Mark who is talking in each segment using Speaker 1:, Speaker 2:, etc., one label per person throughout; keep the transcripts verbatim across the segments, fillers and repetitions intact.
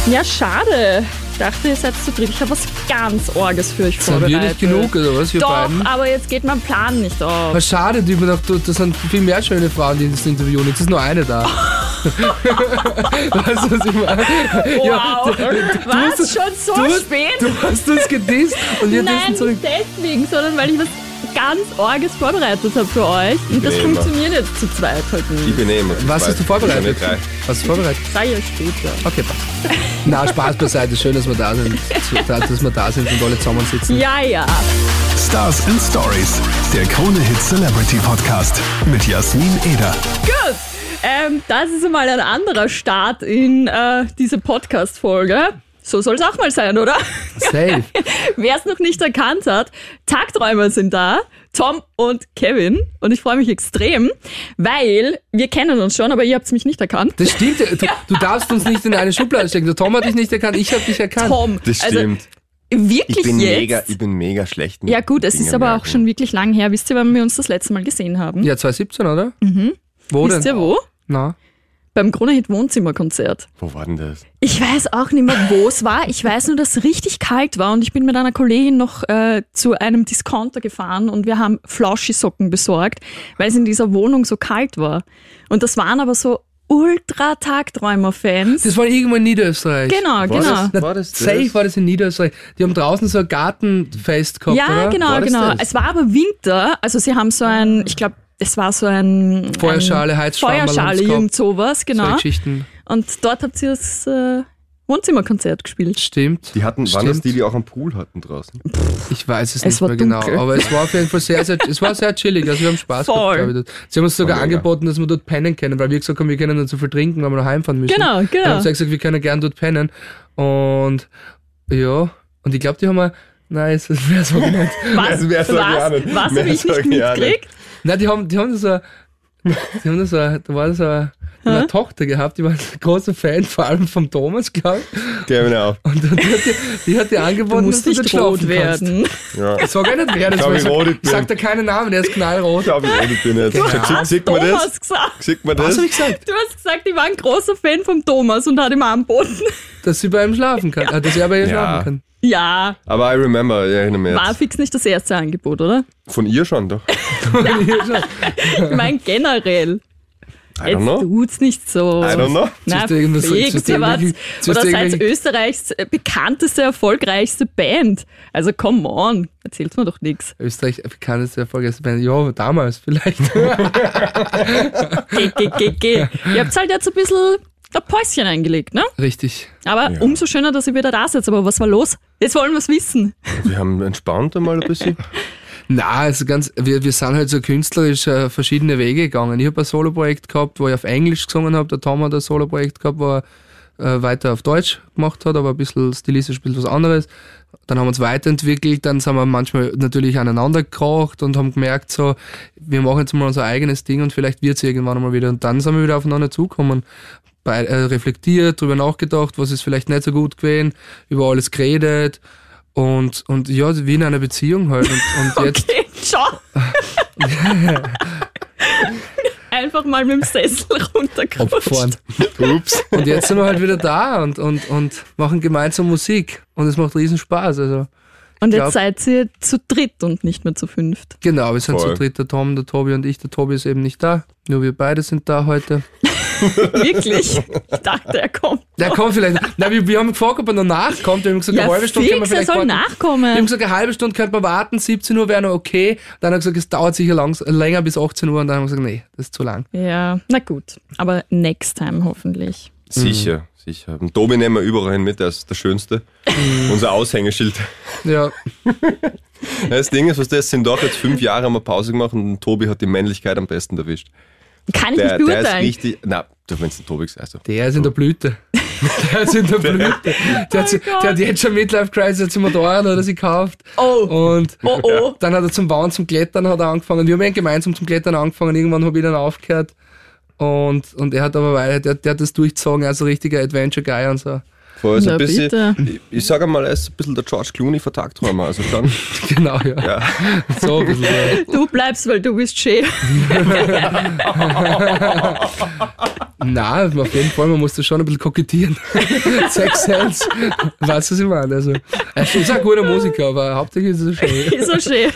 Speaker 1: Ja, schade. Ich dachte, ihr seid zu dritt. Ich habe was ganz Orges für euch
Speaker 2: Sind
Speaker 1: vorbereitet.
Speaker 2: wir nicht genug, oder was? Wir
Speaker 1: Doch,
Speaker 2: beiden?
Speaker 1: aber jetzt geht mein Plan nicht auf.
Speaker 2: Was schade, die mir gedacht, du, da sind viel mehr schöne Frauen, die das interviewen. Jetzt ist nur eine da. Weißt du, was ich meine?
Speaker 1: Wow.
Speaker 2: Ja, du, du
Speaker 1: Was?
Speaker 2: hast-
Speaker 1: Schon so
Speaker 2: du,
Speaker 1: spät?
Speaker 2: Du hast uns gedisst und wir
Speaker 1: Nein,
Speaker 2: dissen zurück.
Speaker 1: nicht deswegen, sondern weil ich was ganz Orges vorbereitet habe für euch. Und das
Speaker 3: bin eh immer.
Speaker 1: funktioniert jetzt zu zweit halt
Speaker 3: Ich
Speaker 1: nicht.
Speaker 3: bin eh immer.
Speaker 2: Was hast du vorbereitet?
Speaker 3: Nicht drei.
Speaker 2: Was hast du vorbereitet?
Speaker 1: Sag ich euch später.
Speaker 2: Okay, passt. Na, Spaß beiseite. Schön, dass wir da sind. Dass wir da sind und alle zusammensitzen.
Speaker 1: Ja, ja.
Speaker 4: Stars and Stories, der Krone-Hit Celebrity Podcast mit Jasmin Eder.
Speaker 1: Gut. Ähm, das ist einmal ein anderer Start in äh, diese Podcast-Folge. So soll es auch mal sein, oder?
Speaker 2: Safe.
Speaker 1: Wer es noch nicht erkannt hat, Tagträumer sind da, Tom und Kevin. Und ich freue mich extrem, weil wir kennen uns schon, aber ihr habt es mich nicht erkannt.
Speaker 2: Das stimmt. Du, du darfst uns nicht in eine Schublade stecken. Der Tom hat dich nicht erkannt, ich habe dich erkannt.
Speaker 1: Tom,
Speaker 3: Das
Speaker 1: also
Speaker 3: stimmt.
Speaker 1: wirklich
Speaker 3: ich, bin
Speaker 1: jetzt?
Speaker 3: mega, ich bin mega schlecht mit
Speaker 1: Ja gut, es
Speaker 3: Dingen
Speaker 1: ist aber auch
Speaker 3: merken.
Speaker 1: schon wirklich lang her. Wisst ihr, wann wir uns das letzte Mal gesehen haben?
Speaker 2: Ja, zwanzig siebzehn, oder? Mhm. Wo
Speaker 1: Wisst
Speaker 2: denn?
Speaker 1: ihr wo?
Speaker 2: Na.
Speaker 1: Beim Krone-Hit Wohnzimmerkonzert.
Speaker 3: Wo war denn das?
Speaker 1: Ich weiß auch nicht mehr, wo es war. Ich weiß nur, dass es richtig kalt war und ich bin mit einer Kollegin noch äh, zu einem Discounter gefahren und wir haben Flauschi-Socken besorgt, weil es in dieser Wohnung so kalt war. Und das waren aber so Ultra-Tagträumer-Fans.
Speaker 2: Das war irgendwo in Niederösterreich.
Speaker 1: Genau,
Speaker 3: War
Speaker 1: genau.
Speaker 3: das-
Speaker 2: Na,
Speaker 3: War das
Speaker 2: safe
Speaker 3: das?
Speaker 2: war das in Niederösterreich. Die haben draußen so ein Gartenfest gehabt,
Speaker 1: Ja,
Speaker 2: oder?
Speaker 1: genau,
Speaker 3: War das
Speaker 1: genau.
Speaker 3: das?
Speaker 1: Es war aber Winter, also sie haben so ein, ich glaube, es war so ein
Speaker 2: Feuerschale,
Speaker 1: ein
Speaker 2: Heizschwammerl
Speaker 1: Feuerschale,
Speaker 2: haben's gehabt.
Speaker 1: irgend sowas,
Speaker 2: So
Speaker 1: genau.
Speaker 2: Geschichten.
Speaker 1: Und dort habt ihr das äh, Wohnzimmerkonzert gespielt.
Speaker 2: Stimmt.
Speaker 3: Die hatten, waren
Speaker 2: Stimmt.
Speaker 3: das die, die auch am Pool hatten draußen?
Speaker 2: Ich weiß es,
Speaker 1: Es
Speaker 2: nicht
Speaker 1: war
Speaker 2: mehr
Speaker 1: dunkel.
Speaker 2: genau, aber es war auf jeden Fall sehr, sehr, es war sehr chillig. Also wir haben Spaß
Speaker 1: Voll.
Speaker 2: gehabt, glaube ich. Dort. Sie haben uns sogar
Speaker 3: War mega.
Speaker 2: angeboten, dass wir dort pennen können, weil wir gesagt haben, wir können dann zu viel trinken, weil wir noch heimfahren müssen.
Speaker 1: Genau, genau.
Speaker 2: Dann haben sie gesagt, wir können gern dort pennen. Und ja, und ich glaube, die haben wir, nein, es wäre so genannt.
Speaker 1: Was?
Speaker 3: Mehr sag ich auch
Speaker 1: Was?
Speaker 3: nicht.
Speaker 1: Was
Speaker 3: Mehr
Speaker 1: habe ich nicht
Speaker 3: sag ich auch nicht.
Speaker 1: mitgekriegt?
Speaker 2: Nein, die haben, die haben so, die haben so, da war so eine, eine Tochter gehabt, die war ein großer Fan, vor allem vom Thomas, glaube ich.
Speaker 3: Geh mir auf.
Speaker 2: Und die hat die, die, hat die
Speaker 1: Du
Speaker 2: angeboten,
Speaker 1: musst
Speaker 2: dass du
Speaker 1: nicht
Speaker 2: dort
Speaker 1: rot
Speaker 2: schlafen kannst.
Speaker 1: werden.
Speaker 3: Ja.
Speaker 2: Sag ich nicht, wer das
Speaker 3: Schau,
Speaker 2: war.
Speaker 3: wie
Speaker 2: Ich
Speaker 3: rot ich
Speaker 2: sag,
Speaker 3: bin.
Speaker 2: sag da keinen Namen, der ist knallrot.
Speaker 3: Schau, wie rot ich bin jetzt. Sieht, sieht man
Speaker 1: Thomas
Speaker 3: das?
Speaker 1: gesagt.
Speaker 3: Sieht man
Speaker 2: Was
Speaker 3: das?
Speaker 2: habe ich gesagt?
Speaker 1: Du hast gesagt, ich war ein großer Fan von Thomas und hat ihm angeboten.
Speaker 2: Dass sie bei ihm schlafen kann. Ah, dass er bei ihr
Speaker 3: Ja.
Speaker 2: schlafen kann.
Speaker 1: Ja,
Speaker 3: Aber I remember, ich erinnere mich
Speaker 1: war
Speaker 3: jetzt.
Speaker 1: fix nicht das erste Angebot, oder?
Speaker 3: Von ihr schon, doch.
Speaker 1: Ich meine generell.
Speaker 3: I don't
Speaker 1: Jetzt
Speaker 3: know.
Speaker 1: tut's nicht so.
Speaker 3: I don't know.
Speaker 1: Na,
Speaker 2: Siehst du irgendwas-
Speaker 1: fix,
Speaker 2: siehst du
Speaker 1: ihr wart,
Speaker 2: irgendwelche- siehst du
Speaker 1: oder seid
Speaker 2: irgendwelche-
Speaker 1: Österreichs äh, bekannteste, erfolgreichste Band. Also come on, erzählt mir doch nichts.
Speaker 2: Österreich bekannteste erfolgreichste Band. Ja, damals vielleicht.
Speaker 1: Geh, geh, geh, geh. Ihr habt halt jetzt ein bisschen ein Päuschen eingelegt, ne?
Speaker 2: Richtig.
Speaker 1: Aber
Speaker 3: Ja.
Speaker 1: umso schöner, dass ihr wieder da seid. Aber was war los? Jetzt wollen wir es wissen.
Speaker 3: Wir haben entspannt einmal ein bisschen.
Speaker 2: Na, also ganz, wir, wir sind halt so künstlerisch äh, verschiedene Wege gegangen. Ich habe ein Soloprojekt gehabt, wo ich auf Englisch gesungen habe. Der Tom hat ein Soloprojekt gehabt, wo er äh, weiter auf Deutsch gemacht hat, aber ein bisschen stilistisch ein bisschen was anderes. Dann haben wir uns weiterentwickelt, dann sind wir manchmal natürlich aneinander gekracht und haben gemerkt, so, wir machen jetzt mal unser eigenes Ding und vielleicht wird es irgendwann einmal wieder. Und dann sind wir wieder aufeinander zugekommen. Bei, äh, reflektiert, drüber nachgedacht, was ist vielleicht nicht so gut gewesen, über alles geredet und, und ja, wie in einer Beziehung halt. Und, und jetzt,
Speaker 1: Okay, ciao. Einfach mal mit dem Sessel runtergerutscht.
Speaker 2: abgefahren.
Speaker 3: Ups.
Speaker 2: Und jetzt sind wir halt wieder da und, und, und machen gemeinsam Musik. Und es macht riesen Spaß. Also,
Speaker 1: Und
Speaker 2: glaub-
Speaker 1: jetzt seid ihr zu dritt und nicht mehr zu fünft.
Speaker 2: genau, wir sind
Speaker 3: Voll.
Speaker 2: zu dritt, der Tom, der Tobi und ich. Der Tobi ist eben nicht da. Nur wir beide sind da heute.
Speaker 1: Wirklich? Ich dachte, er kommt.
Speaker 2: Der kommt vielleicht. Nein, wir, wir haben gefragt, ob er noch nachkommt. Wir haben gesagt,
Speaker 1: Ja,
Speaker 2: eine halbe Stunde können wir
Speaker 1: fix, er
Speaker 2: vielleicht
Speaker 1: soll
Speaker 2: warten. Wir haben
Speaker 1: nachkommen.
Speaker 2: gesagt, eine halbe Stunde könnte man warten, siebzehn Uhr wäre noch okay. Dann hat er gesagt, es dauert sicher langs länger bis achtzehn Uhr. Und dann haben wir gesagt, nee, das ist zu lang.
Speaker 1: Ja, na gut. Aber next time hoffentlich.
Speaker 3: Sicher, sicher. Und Tobi nehmen wir überall hin mit, der ist der Schönste. Unser Aushängeschild.
Speaker 2: Ja,
Speaker 3: Das Ding ist, was das sind doch jetzt fünf Jahre haben wir Pause gemacht und Tobi hat die Männlichkeit am besten erwischt.
Speaker 1: Kann ich
Speaker 3: Der,
Speaker 1: nicht
Speaker 3: der ist
Speaker 1: beurteilen.
Speaker 3: richtig. Na, du meinst den Tobi, also.
Speaker 2: der ist in der Blüte. Der ist in der Blüte. Der hat, sich-
Speaker 1: Gott.
Speaker 2: der hat jetzt schon Midlife Crisis, hat sich Motorrad oder sie gekauft.
Speaker 1: Oh,
Speaker 2: Und
Speaker 1: oh, oh.
Speaker 2: dann hat er zum Bauen, zum Klettern hat er angefangen. Wir haben ja gemeinsam zum Klettern angefangen. Irgendwann habe ich dann aufgehört. Und, und er hat aber weiter, der, der hat das durchgezogen, also richtiger Adventure-Guy und so.
Speaker 3: Voll, also
Speaker 1: Na,
Speaker 3: ein bisschen,
Speaker 1: bitte.
Speaker 3: ich, ich sage mal, er ist ein bisschen der George Clooney für Tagträumer. Also schon.
Speaker 2: Genau, ja.
Speaker 3: Ja.
Speaker 2: So ein bisschen. Ja.
Speaker 1: Du bleibst, weil du bist schön.
Speaker 2: Nein, auf jeden Fall, man muss da schon ein bisschen kokettieren. Sex Sense, weißt du, was ich meine? Also, er ist auch ein guter Musiker, aber hauptsächlich ist es schön.
Speaker 1: Ist so schön.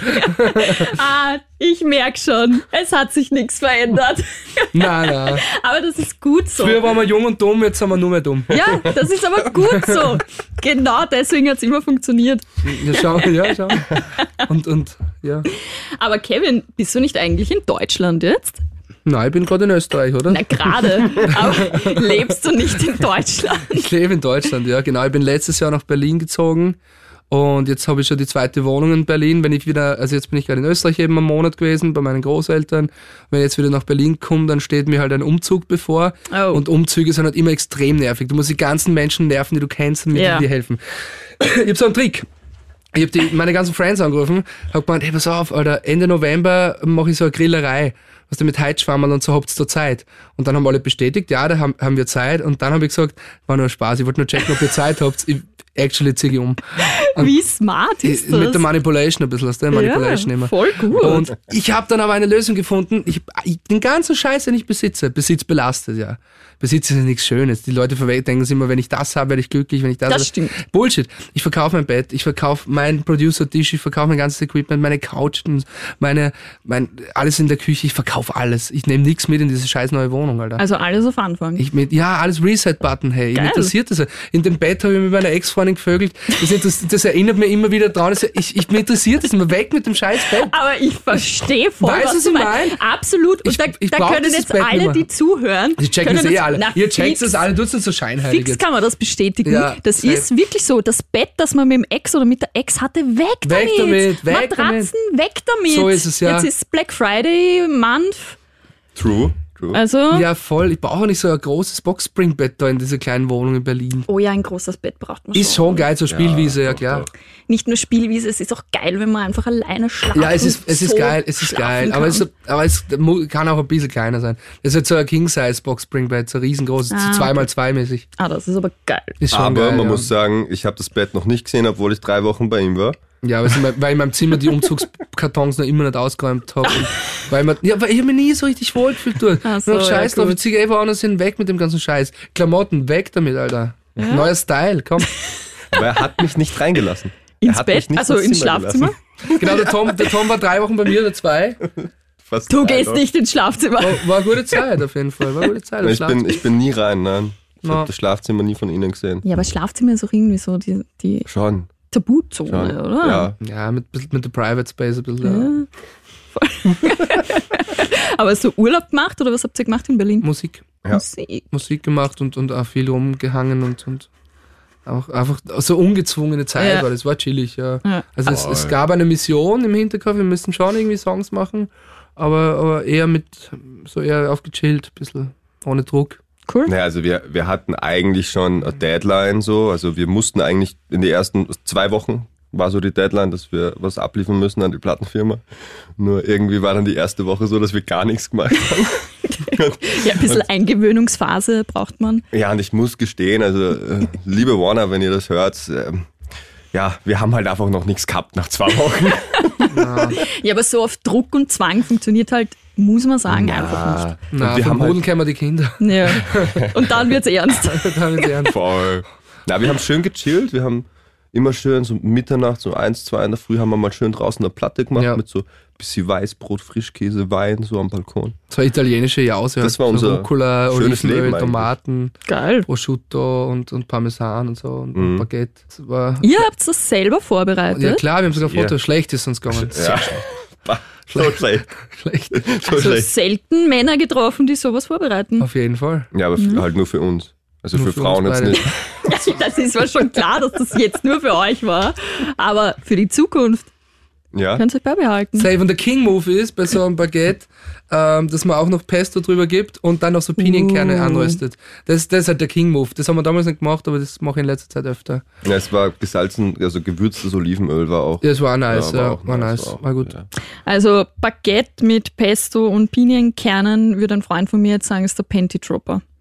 Speaker 1: Ah, ich merke schon, es hat sich nichts verändert.
Speaker 2: Nein, nein.
Speaker 1: Aber das ist gut so.
Speaker 2: Früher waren wir jung und dumm, jetzt sind wir nur mehr dumm.
Speaker 1: Ja, das ist aber gut so. Genau deswegen hat es immer funktioniert.
Speaker 2: Ja, schau, ja, schau. Und, und, ja.
Speaker 1: Aber Kevin, bist du nicht eigentlich in Deutschland jetzt?
Speaker 2: Nein, ich bin gerade in Österreich, oder?
Speaker 1: Na gerade, aber lebst du nicht in Deutschland?
Speaker 2: Ich lebe in Deutschland, ja, genau. Ich bin letztes Jahr nach Berlin gezogen und jetzt habe ich schon die zweite Wohnung in Berlin. Wenn ich wieder, also jetzt bin ich gerade in Österreich eben einen Monat gewesen bei meinen Großeltern. Wenn ich jetzt wieder nach Berlin komme, dann steht mir halt ein Umzug bevor.
Speaker 1: Oh.
Speaker 2: Und Umzüge sind halt immer extrem nervig. Du musst die ganzen Menschen nerven, die du kennst, damit
Speaker 1: Ja.
Speaker 2: die dir helfen. Ich habe so einen Trick. Ich habe die, meine ganzen Friends angerufen, habe gemeint, hey, pass auf, Alter, Ende November mache ich so eine Grillerei. Was du mit Heizschwammerl und so habt ihr da Zeit? Und dann haben alle bestätigt, ja, da haben, haben wir Zeit. Und dann habe ich gesagt, war nur Spaß, ich wollte nur checken, ob ihr Zeit habt. Ich, actually ziehe ich um. Und
Speaker 1: Wie smart ist das?
Speaker 2: mit der Manipulation ein bisschen, aus der Manipulation
Speaker 1: ja,
Speaker 2: immer.
Speaker 1: voll gut.
Speaker 2: Und ich habe dann aber eine Lösung gefunden. Ich, ich, den ganzen Scheiß, den ich besitze, Besitz belastet, ja. Besitz ist ja nichts Schönes. Die Leute verwe- denken sich immer, wenn ich das habe, werde ich glücklich, wenn ich das,
Speaker 1: Das
Speaker 2: habe.
Speaker 1: stimmt.
Speaker 2: Bullshit. Ich verkaufe mein Bett, ich verkaufe meinen Producer-Tisch, ich verkaufe mein ganzes Equipment, meine Couch, meine, mein, alles in der Küche, ich verkaufe alles. Ich nehme nichts mit in diese scheiß neue Wohnung, Alter.
Speaker 1: Also alles auf Anfang.
Speaker 2: Ich mit, ja, alles Reset-Button, hey. Mich
Speaker 1: Geil.
Speaker 2: interessiert das. In dem Bett habe ich mit meiner Ex-Freundin gevögelt. Das, das, das erinnert mich immer wieder dran. Das, ich, ich, mich interessiert das immer. Weg mit dem scheiß Bett.
Speaker 1: Aber ich verstehe voll,
Speaker 2: Weißt du,
Speaker 1: was du
Speaker 2: was ich
Speaker 1: meinst.
Speaker 2: mein?
Speaker 1: Absolut. Und
Speaker 2: Ich-
Speaker 1: da,
Speaker 2: ich
Speaker 1: da
Speaker 2: brauch
Speaker 1: können
Speaker 2: dieses
Speaker 1: jetzt
Speaker 2: Bett nicht
Speaker 1: alle,
Speaker 2: mehr.
Speaker 1: die zuhören,
Speaker 2: Die checken
Speaker 1: können
Speaker 2: das eh alle.
Speaker 1: Na,
Speaker 2: Ihr checkt
Speaker 1: fix,
Speaker 2: das alle, du sind so scheinheilig.
Speaker 1: Fix
Speaker 2: jetzt.
Speaker 1: kann man das bestätigen.
Speaker 2: Ja,
Speaker 1: das
Speaker 2: safe.
Speaker 1: ist wirklich so. Das Bett, das man mit dem Ex oder mit der Ex hatte, weg,
Speaker 2: Weg damit, weg
Speaker 1: Matratzen, weg damit.
Speaker 2: So ist es, ja.
Speaker 1: Jetzt ist Black Friday, Month.
Speaker 3: True, true.
Speaker 1: Also,
Speaker 2: Ja, voll. Ich brauche nicht so ein großes Boxspringbett da in dieser kleinen Wohnung in Berlin.
Speaker 1: oh ja, ein großes Bett braucht man
Speaker 2: Ist schon geil, so Spielwiese, ja,
Speaker 3: doch,
Speaker 2: klar.
Speaker 3: doch.
Speaker 1: Nicht nur Spielwiese, es ist auch geil, wenn man einfach alleine schlafen
Speaker 2: Ja, es ist, es ist
Speaker 1: so
Speaker 2: geil, es ist
Speaker 1: schlafen
Speaker 2: geil.
Speaker 1: kann.
Speaker 2: Aber es, aber es mu- kann auch ein bisschen kleiner sein. Es ist halt so ein King-Size-Boxspringbett, so riesengroß,
Speaker 1: Ah,
Speaker 2: so zwei mal zwei mäßig.
Speaker 1: Ah, das ist aber geil.
Speaker 2: Ist schon
Speaker 3: Aber
Speaker 2: geil,
Speaker 3: man
Speaker 2: ja.
Speaker 3: muss sagen, ich habe das Bett noch nicht gesehen, obwohl ich drei Wochen bei ihm war.
Speaker 2: Ja, weil, in- weil ich in meinem Zimmer die Umzugskartons noch immer nicht ausgeräumt habe. Weil man, ja, weil ich habe mich nie so richtig wohl gefühlt. Du.
Speaker 1: Ach so,
Speaker 2: Noch Scheiß
Speaker 1: ja,
Speaker 2: drauf,
Speaker 1: gut.
Speaker 2: ich ziehe einfach anders hin, weg mit dem ganzen Scheiß. Klamotten, weg damit, Alter. Neuer Style, komm.
Speaker 3: Aber er hat mich nicht reingelassen.
Speaker 1: Ins
Speaker 3: er hat
Speaker 1: Bett,
Speaker 3: mich nicht
Speaker 1: also
Speaker 3: ins
Speaker 1: ins
Speaker 3: Zimmer
Speaker 1: Schlafzimmer.
Speaker 3: gelassen.
Speaker 2: Genau, der Tom, der Tom war drei Wochen bei mir, oder zwei.
Speaker 3: Fast
Speaker 1: Du
Speaker 3: drei
Speaker 1: gehst
Speaker 3: Wochen.
Speaker 1: nicht ins Schlafzimmer.
Speaker 2: War, war eine gute Zeit auf jeden Fall. War eine gute Zeit. im
Speaker 3: Ich bin,
Speaker 2: Schlafzimmer.
Speaker 3: ich bin nie rein, nein. Ich
Speaker 2: No.
Speaker 3: habe das Schlafzimmer nie von ihnen gesehen.
Speaker 1: Ja, aber Schlafzimmer ist auch irgendwie so die, die
Speaker 3: Schon.
Speaker 1: Tabuzone,
Speaker 3: schon.
Speaker 1: oder?
Speaker 3: Ja.
Speaker 2: Ja, mit, mit der Private Space ein bisschen.
Speaker 1: Aber so Urlaub gemacht oder was habt ihr gemacht in Berlin?
Speaker 2: Ja. Musik.
Speaker 3: Ja.
Speaker 1: Musik.
Speaker 2: Musik gemacht und, und auch viel rumgehangen und, und auch einfach so ungezwungene Zeit
Speaker 1: Ja.
Speaker 2: war. Das war chillig, ja.
Speaker 1: Ja.
Speaker 2: Also es, es gab eine Mission im Hinterkopf, wir müssen schon irgendwie Songs machen, aber, aber eher mit, so eher aufgechillt, ein bisschen ohne Druck.
Speaker 1: Cool.
Speaker 3: Naja, also wir, wir hatten eigentlich schon eine Deadline so, also wir mussten eigentlich in die ersten zwei Wochen war so die Deadline, dass wir was abliefern müssen an die Plattenfirma. Nur irgendwie war dann die erste Woche so, dass wir gar nichts gemacht haben.
Speaker 1: Ja, ein bisschen Eingewöhnungsphase braucht man.
Speaker 3: Ja, und ich muss gestehen, also äh, liebe Warner, wenn ihr das hört, ähm, ja, wir haben halt einfach noch nichts gehabt nach zwei Wochen.
Speaker 1: Ja, aber so auf Druck und Zwang funktioniert halt, muss man sagen, einfach nicht.
Speaker 2: Na,
Speaker 3: wir
Speaker 2: vom
Speaker 3: haben halt-
Speaker 2: Boden kennen wir die Kinder.
Speaker 1: Ja. Und dann wird's ernst.
Speaker 2: Dann ist ernst.
Speaker 3: Voll. Na, wir haben schön gechillt, wir haben immer schön so Mitternacht, so eins, zwei in der Früh haben wir mal schön draußen eine Platte gemacht
Speaker 2: Ja.
Speaker 3: mit so bisschen Weißbrot, Frischkäse, Wein, so am Balkon.
Speaker 2: So italienische Jause.
Speaker 3: Das war
Speaker 2: so
Speaker 3: unser
Speaker 2: Rucola,
Speaker 3: schönes
Speaker 2: Olivenöl,
Speaker 3: Leben eigentlich.
Speaker 2: Tomaten,
Speaker 1: Geil.
Speaker 2: Prosciutto und, und Parmesan und so und
Speaker 3: Mhm.
Speaker 2: Baguette. Das war,
Speaker 1: Ihr habt das selber vorbereitet?
Speaker 2: ja klar, wir haben sogar
Speaker 3: Ja.
Speaker 2: Fotos. Schlecht ist uns gegangen.
Speaker 3: Ja. Bah, so schlecht.
Speaker 2: Schlecht.
Speaker 3: So
Speaker 1: Also
Speaker 3: schlecht.
Speaker 1: selten Männer getroffen, die sowas vorbereiten.
Speaker 2: Auf jeden Fall.
Speaker 3: Ja, aber f- halt nur für uns. Also
Speaker 2: Nur
Speaker 3: für
Speaker 2: für
Speaker 3: Frauen
Speaker 2: uns
Speaker 3: jetzt
Speaker 2: beide.
Speaker 3: nicht.
Speaker 1: Das ist mir schon klar, dass das jetzt nur für euch war. Aber für die Zukunft
Speaker 3: Ja.
Speaker 1: könnt ihr euch beibehalten.
Speaker 2: Safe. Und der King-Move ist bei so einem Baguette, ähm, dass man auch noch Pesto drüber gibt und dann noch so Pinienkerne
Speaker 1: Uh.
Speaker 2: anröstet. Das, das ist halt der King-Move. Das haben wir damals nicht gemacht, aber das mache ich in letzter Zeit öfter.
Speaker 3: Ja, es war gesalzen, also gewürztes Olivenöl war auch.
Speaker 2: Ja, das war auch nice. Ja,
Speaker 3: auch
Speaker 2: war nice.
Speaker 3: war, auch,
Speaker 2: War gut.
Speaker 3: Ja.
Speaker 1: Also Baguette mit Pesto und Pinienkernen, würde ein Freund von mir jetzt sagen, ist der Panty Dropper.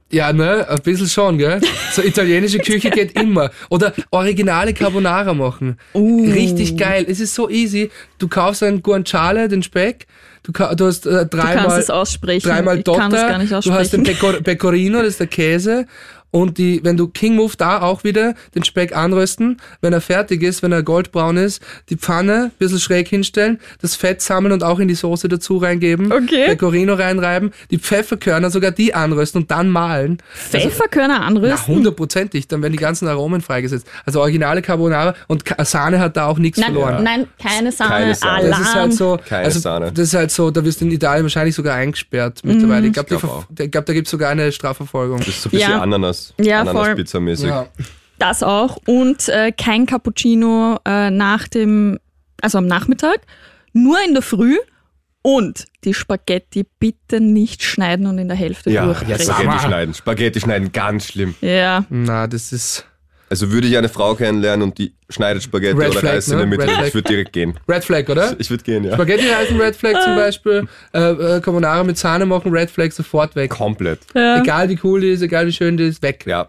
Speaker 2: Ja, ne, ein bisschen schon, gell? So italienische Küche geht immer. Oder originale Carbonara machen.
Speaker 1: Uh.
Speaker 2: Richtig geil. Es ist so easy. Du kaufst einen Guanciale, den Speck. Du, ka- du hast äh, dreimal,
Speaker 1: Du kannst es aussprechen.
Speaker 2: dreimal
Speaker 1: ich kann es
Speaker 2: Dotter.
Speaker 1: gar nicht
Speaker 2: Du hast den
Speaker 1: aussprechen.
Speaker 2: Pecor- Pecorino, das ist der Käse. Und die, wenn du King Move da auch wieder den Speck anrösten, wenn er fertig ist, wenn er goldbraun ist, die Pfanne ein bisschen schräg hinstellen, das Fett sammeln und auch in die Soße dazu reingeben,
Speaker 1: Okay.
Speaker 2: Pecorino reinreiben, die Pfefferkörner sogar die anrösten und dann mahlen.
Speaker 1: Pfefferkörner
Speaker 2: Na,
Speaker 1: anrüsten?
Speaker 2: hundertprozentig, dann werden die ganzen Aromen freigesetzt. Also originale Carbonara und Ka- Sahne hat da auch nichts
Speaker 1: Nein,
Speaker 2: verloren.
Speaker 1: nein, keine Sahne,
Speaker 3: Keine Sahne.
Speaker 2: Das ist halt
Speaker 1: Alarm.
Speaker 2: so,
Speaker 3: Keine
Speaker 2: also
Speaker 3: Sahne.
Speaker 2: das ist halt so, da wirst du in Italien wahrscheinlich sogar eingesperrt mittlerweile. Ich glaube,
Speaker 3: Ich glaub
Speaker 2: ich glaub, da gibt es sogar eine Strafverfolgung.
Speaker 3: Das ist so ein bisschen
Speaker 1: Ja.
Speaker 3: Ananas,
Speaker 1: Ja, voll.
Speaker 3: Ananas-Pizza-mäßig.
Speaker 2: Ja.
Speaker 1: Das auch. Und äh, kein Cappuccino äh, nach dem, also am Nachmittag, nur in der Früh. Und die Spaghetti bitte nicht schneiden und in der Hälfte
Speaker 3: Ja,
Speaker 1: durchbrechen.
Speaker 3: Spaghetti schneiden. Spaghetti schneiden, ganz schlimm.
Speaker 1: Ja,
Speaker 2: Na, das ist
Speaker 3: Also würde ich eine Frau kennenlernen und die schneidet Spaghetti
Speaker 2: Red
Speaker 3: oder
Speaker 2: Flag,
Speaker 3: Reis in
Speaker 2: ne?
Speaker 3: der Mitte,
Speaker 2: Red Flag.
Speaker 3: ich würde direkt gehen.
Speaker 2: Red Flag, oder?
Speaker 3: Ich würde gehen, ja.
Speaker 2: Spaghetti heißen Red Flag zum Beispiel. Äh, äh, Carbonara mit Sahne machen, Red Flag sofort weg.
Speaker 3: Komplett.
Speaker 1: ja.
Speaker 2: Egal wie cool die ist, egal wie schön die ist, weg.
Speaker 3: Ja.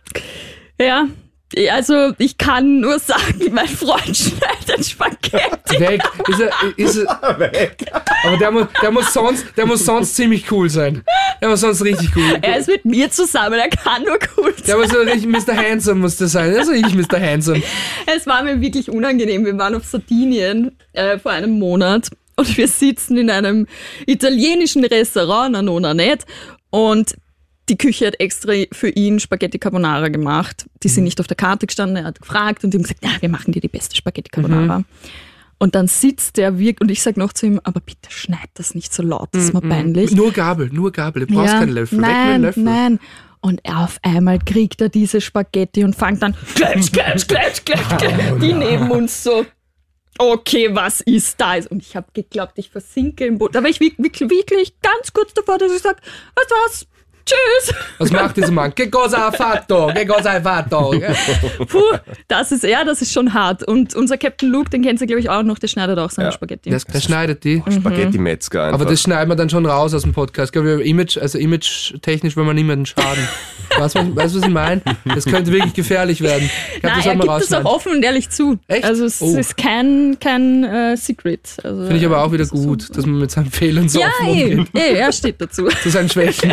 Speaker 1: ja. Also ich kann nur sagen, mein Freund schneidet Spaghetti.
Speaker 2: Weg. Ist er, ist er,
Speaker 3: Weg.
Speaker 2: aber der muss, der, muss sonst, der muss sonst ziemlich cool sein. Der muss sonst richtig cool.
Speaker 1: Er ist mit mir zusammen, er kann nur cool
Speaker 2: Der
Speaker 1: sein.
Speaker 2: muss so richtig Mister Handsome muss der sein. Also ich Mister Handsome.
Speaker 1: Es war mir wirklich unangenehm. Wir waren auf Sardinien äh, vor einem Monat und wir sitzen in einem italienischen Restaurant, na nona nicht, und die Küche hat extra für ihn Spaghetti Carbonara gemacht. Die sind nicht auf der Karte gestanden, er hat gefragt und die haben gesagt, ja, wir machen dir die beste Spaghetti Carbonara. Und dann sitzt der wirklich und ich sag noch zu ihm, aber bitte schneid das nicht so laut, das ist mir peinlich.
Speaker 2: Nur Gabel, nur Gabel. Du brauchst keinen Löffel. Weg mit
Speaker 1: Nein,
Speaker 2: dem Löffel.
Speaker 1: nein. Und auf einmal kriegt er diese Spaghetti und fängt dann klatsch, klatsch, klatsch, klatsch, klatsch. Die neben uns so, okay, was ist da? Und ich habe geglaubt, ich versinke im Boot. Aber ich wirklich, wirklich ganz kurz davor, dass ich sage, was war's? Tschüss.
Speaker 2: Was macht dieser Mann? Che cosa ha fatto? Che cosa hai fatto?
Speaker 1: Puh, das ist er, das ist schon hart. Und unser Captain Luke, den kennt ihr, glaube ich, auch noch, der schneidet auch seine
Speaker 3: Ja.
Speaker 1: Spaghetti.
Speaker 2: Der, der schneidet die.
Speaker 3: Spaghetti-Metzger einfach.
Speaker 2: Aber das schneiden wir dann schon raus aus dem Podcast. Ich glaube, Image, also image-technisch wollen wir niemanden schaden. Weißt du, weißt, was ich meine? Das könnte wirklich gefährlich werden. Ich glaub,
Speaker 1: Nein,
Speaker 2: das
Speaker 1: er
Speaker 2: soll man
Speaker 1: gibt es auch
Speaker 2: rausschneiden.
Speaker 1: offen und ehrlich zu.
Speaker 2: Echt?
Speaker 1: Also es
Speaker 2: Oh.
Speaker 1: ist kein, kein äh, Secret. Also,
Speaker 2: Finde ich aber auch wieder
Speaker 1: das ist
Speaker 2: gut,
Speaker 1: so.
Speaker 2: dass man mit seinen Fehlern so
Speaker 1: Ja,
Speaker 2: offen
Speaker 1: eh,
Speaker 2: umgeht.
Speaker 1: eh, er steht dazu.
Speaker 2: Zu seinen Schwächen.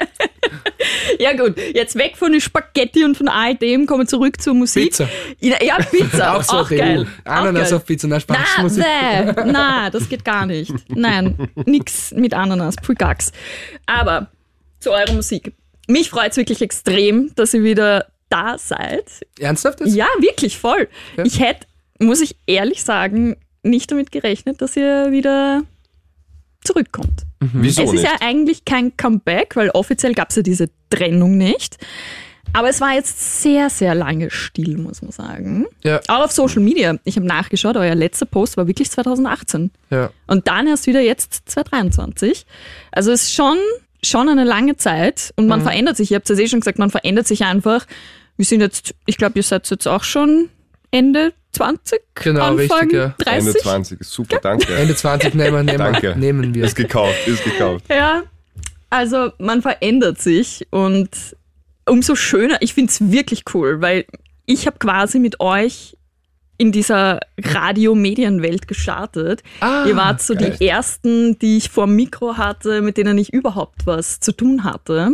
Speaker 1: Ja gut, jetzt weg von den Spaghetti und von all dem, kommen wir zurück zur Musik.
Speaker 2: Pizza.
Speaker 1: Ja, ja, Pizza,
Speaker 2: Auch so
Speaker 1: auch
Speaker 2: ein
Speaker 1: geil.
Speaker 2: Ding. Ananas
Speaker 1: auch geil.
Speaker 2: auf Pizza, na Spaß.
Speaker 1: Na,
Speaker 2: Musik.
Speaker 1: bäh, na, das geht gar nicht. Nein, nix mit Ananas, pfui Gax. Aber zu eurer Musik. Mich freut es wirklich extrem, dass ihr wieder da seid.
Speaker 2: Ernsthaft jetzt?
Speaker 1: Ja, wirklich, voll.
Speaker 2: Ja.
Speaker 1: Ich hätte, muss ich ehrlich sagen, nicht damit gerechnet, dass ihr wieder zurückkommt.
Speaker 3: Wieso
Speaker 1: es ist
Speaker 3: nicht?
Speaker 1: ja eigentlich kein Comeback, weil offiziell gab es ja diese Trennung nicht. Aber es war jetzt sehr, sehr lange still, muss man sagen.
Speaker 2: Ja.
Speaker 1: Auch auf Social Media. Ich habe nachgeschaut, euer letzter Post war wirklich zwanzig achtzehn.
Speaker 2: Ja.
Speaker 1: Und dann erst wieder jetzt zwanzig dreiundzwanzig. Also es ist schon, schon eine lange Zeit und
Speaker 2: Mhm.
Speaker 1: man verändert sich. Ihr habt es ja eh schon gesagt, man verändert sich einfach. Wir sind jetzt, ich glaube, ihr seid jetzt auch schon Ende zwanzig,
Speaker 2: Genau,
Speaker 1: Anfang
Speaker 2: richtig, ja.
Speaker 1: dreißig.
Speaker 3: Ende zwanzig, super, danke.
Speaker 2: Ende zwanzig nehmen, nehmen,
Speaker 3: Danke.
Speaker 2: nehmen wir.
Speaker 3: Ist gekauft, ist gekauft.
Speaker 1: Ja, also man verändert sich und umso schöner, ich finde es wirklich cool, weil ich habe quasi mit euch in dieser Radio-Medienwelt gestartet.
Speaker 2: Ah,
Speaker 1: Ihr wart so
Speaker 3: geil.
Speaker 1: die Ersten, die ich vor dem Mikro hatte, mit denen ich überhaupt was zu tun hatte.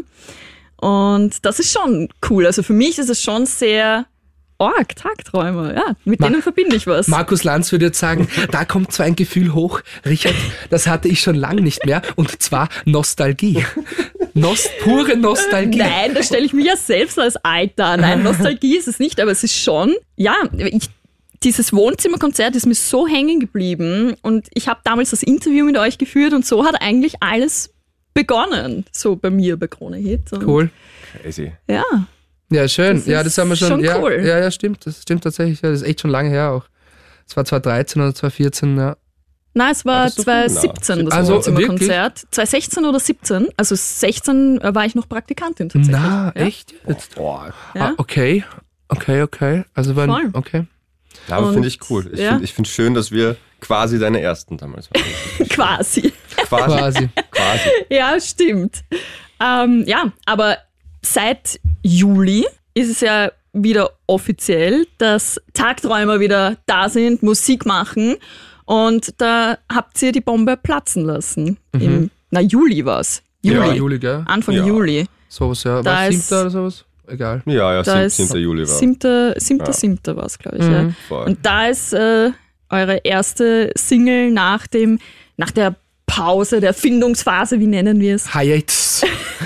Speaker 1: Und das ist schon cool. Also für mich ist es schon sehr arg, Tagträume. Ja, mit
Speaker 2: Ma-
Speaker 1: denen verbinde ich was.
Speaker 2: Markus Lanz würde jetzt sagen, da kommt so ein Gefühl hoch, Richard, das hatte ich schon lange nicht mehr, und zwar Nostalgie. Nost, pure Nostalgie.
Speaker 1: Nein, da stelle ich mich ja selbst als alt dar. Nein, Nostalgie ist es nicht, aber es ist schon, ja, ich, dieses Wohnzimmerkonzert ist mir so hängen geblieben und ich habe damals das Interview mit euch geführt und so hat eigentlich alles begonnen, so bei mir bei Krone Hit. Und
Speaker 2: Cool.
Speaker 3: Crazy.
Speaker 1: Ja,
Speaker 2: Ja, schön.
Speaker 1: Das
Speaker 2: ja,
Speaker 1: ist
Speaker 2: das haben wir schon.
Speaker 1: schon
Speaker 2: ja,
Speaker 1: cool.
Speaker 2: ja, ja, stimmt. Das stimmt tatsächlich. Ja, das ist echt schon lange her auch. Es war zwanzig dreizehn oder zwanzig vierzehn, ja.
Speaker 1: nein, es war
Speaker 3: das ist so
Speaker 1: zwanzig
Speaker 3: cool,
Speaker 1: siebzehn das
Speaker 2: Also,
Speaker 1: Wohnzimmerkonzert. zwanzig sechzehn oder siebzehn, also sechzehn war ich noch Praktikantin tatsächlich.
Speaker 2: Na,
Speaker 1: ja.
Speaker 2: echt jetzt?
Speaker 3: Boah.
Speaker 1: Ja.
Speaker 2: Ah, okay. Okay, okay. Also wenn,
Speaker 1: Voll.
Speaker 2: okay.
Speaker 3: Ja, aber
Speaker 1: Und-
Speaker 3: finde ich cool. Ich
Speaker 1: ja.
Speaker 3: finde ich find schön, dass wir quasi deine Ersten damals waren.
Speaker 1: Quasi.
Speaker 3: Quasi.
Speaker 2: Quasi.
Speaker 3: Quasi.
Speaker 1: Ja, stimmt. Ähm, ja, aber seit Juli ist es ja wieder offiziell, dass Tagträumer wieder da sind, Musik machen. Und da habt ihr die Bombe platzen lassen. Mhm. Im, na, Juli war's. Juli.
Speaker 2: Ja, Juli, gell?
Speaker 1: Anfang
Speaker 3: Ja.
Speaker 1: Juli.
Speaker 2: Sowas, ja.
Speaker 1: Da
Speaker 2: War
Speaker 1: ist-
Speaker 2: siebter oder sowas? Egal.
Speaker 3: Ja, ja,
Speaker 1: Da
Speaker 3: siebzehnten
Speaker 1: ist
Speaker 3: Juli war.
Speaker 1: siebter siebter
Speaker 3: Ja.
Speaker 1: siebter war es, glaube ich.
Speaker 2: Mhm.
Speaker 1: Ja.
Speaker 3: Voll.
Speaker 1: Und da ist äh, eure erste Single nach dem, nach der Pause, der Findungsphase, wie nennen wir es?
Speaker 2: Hiatus.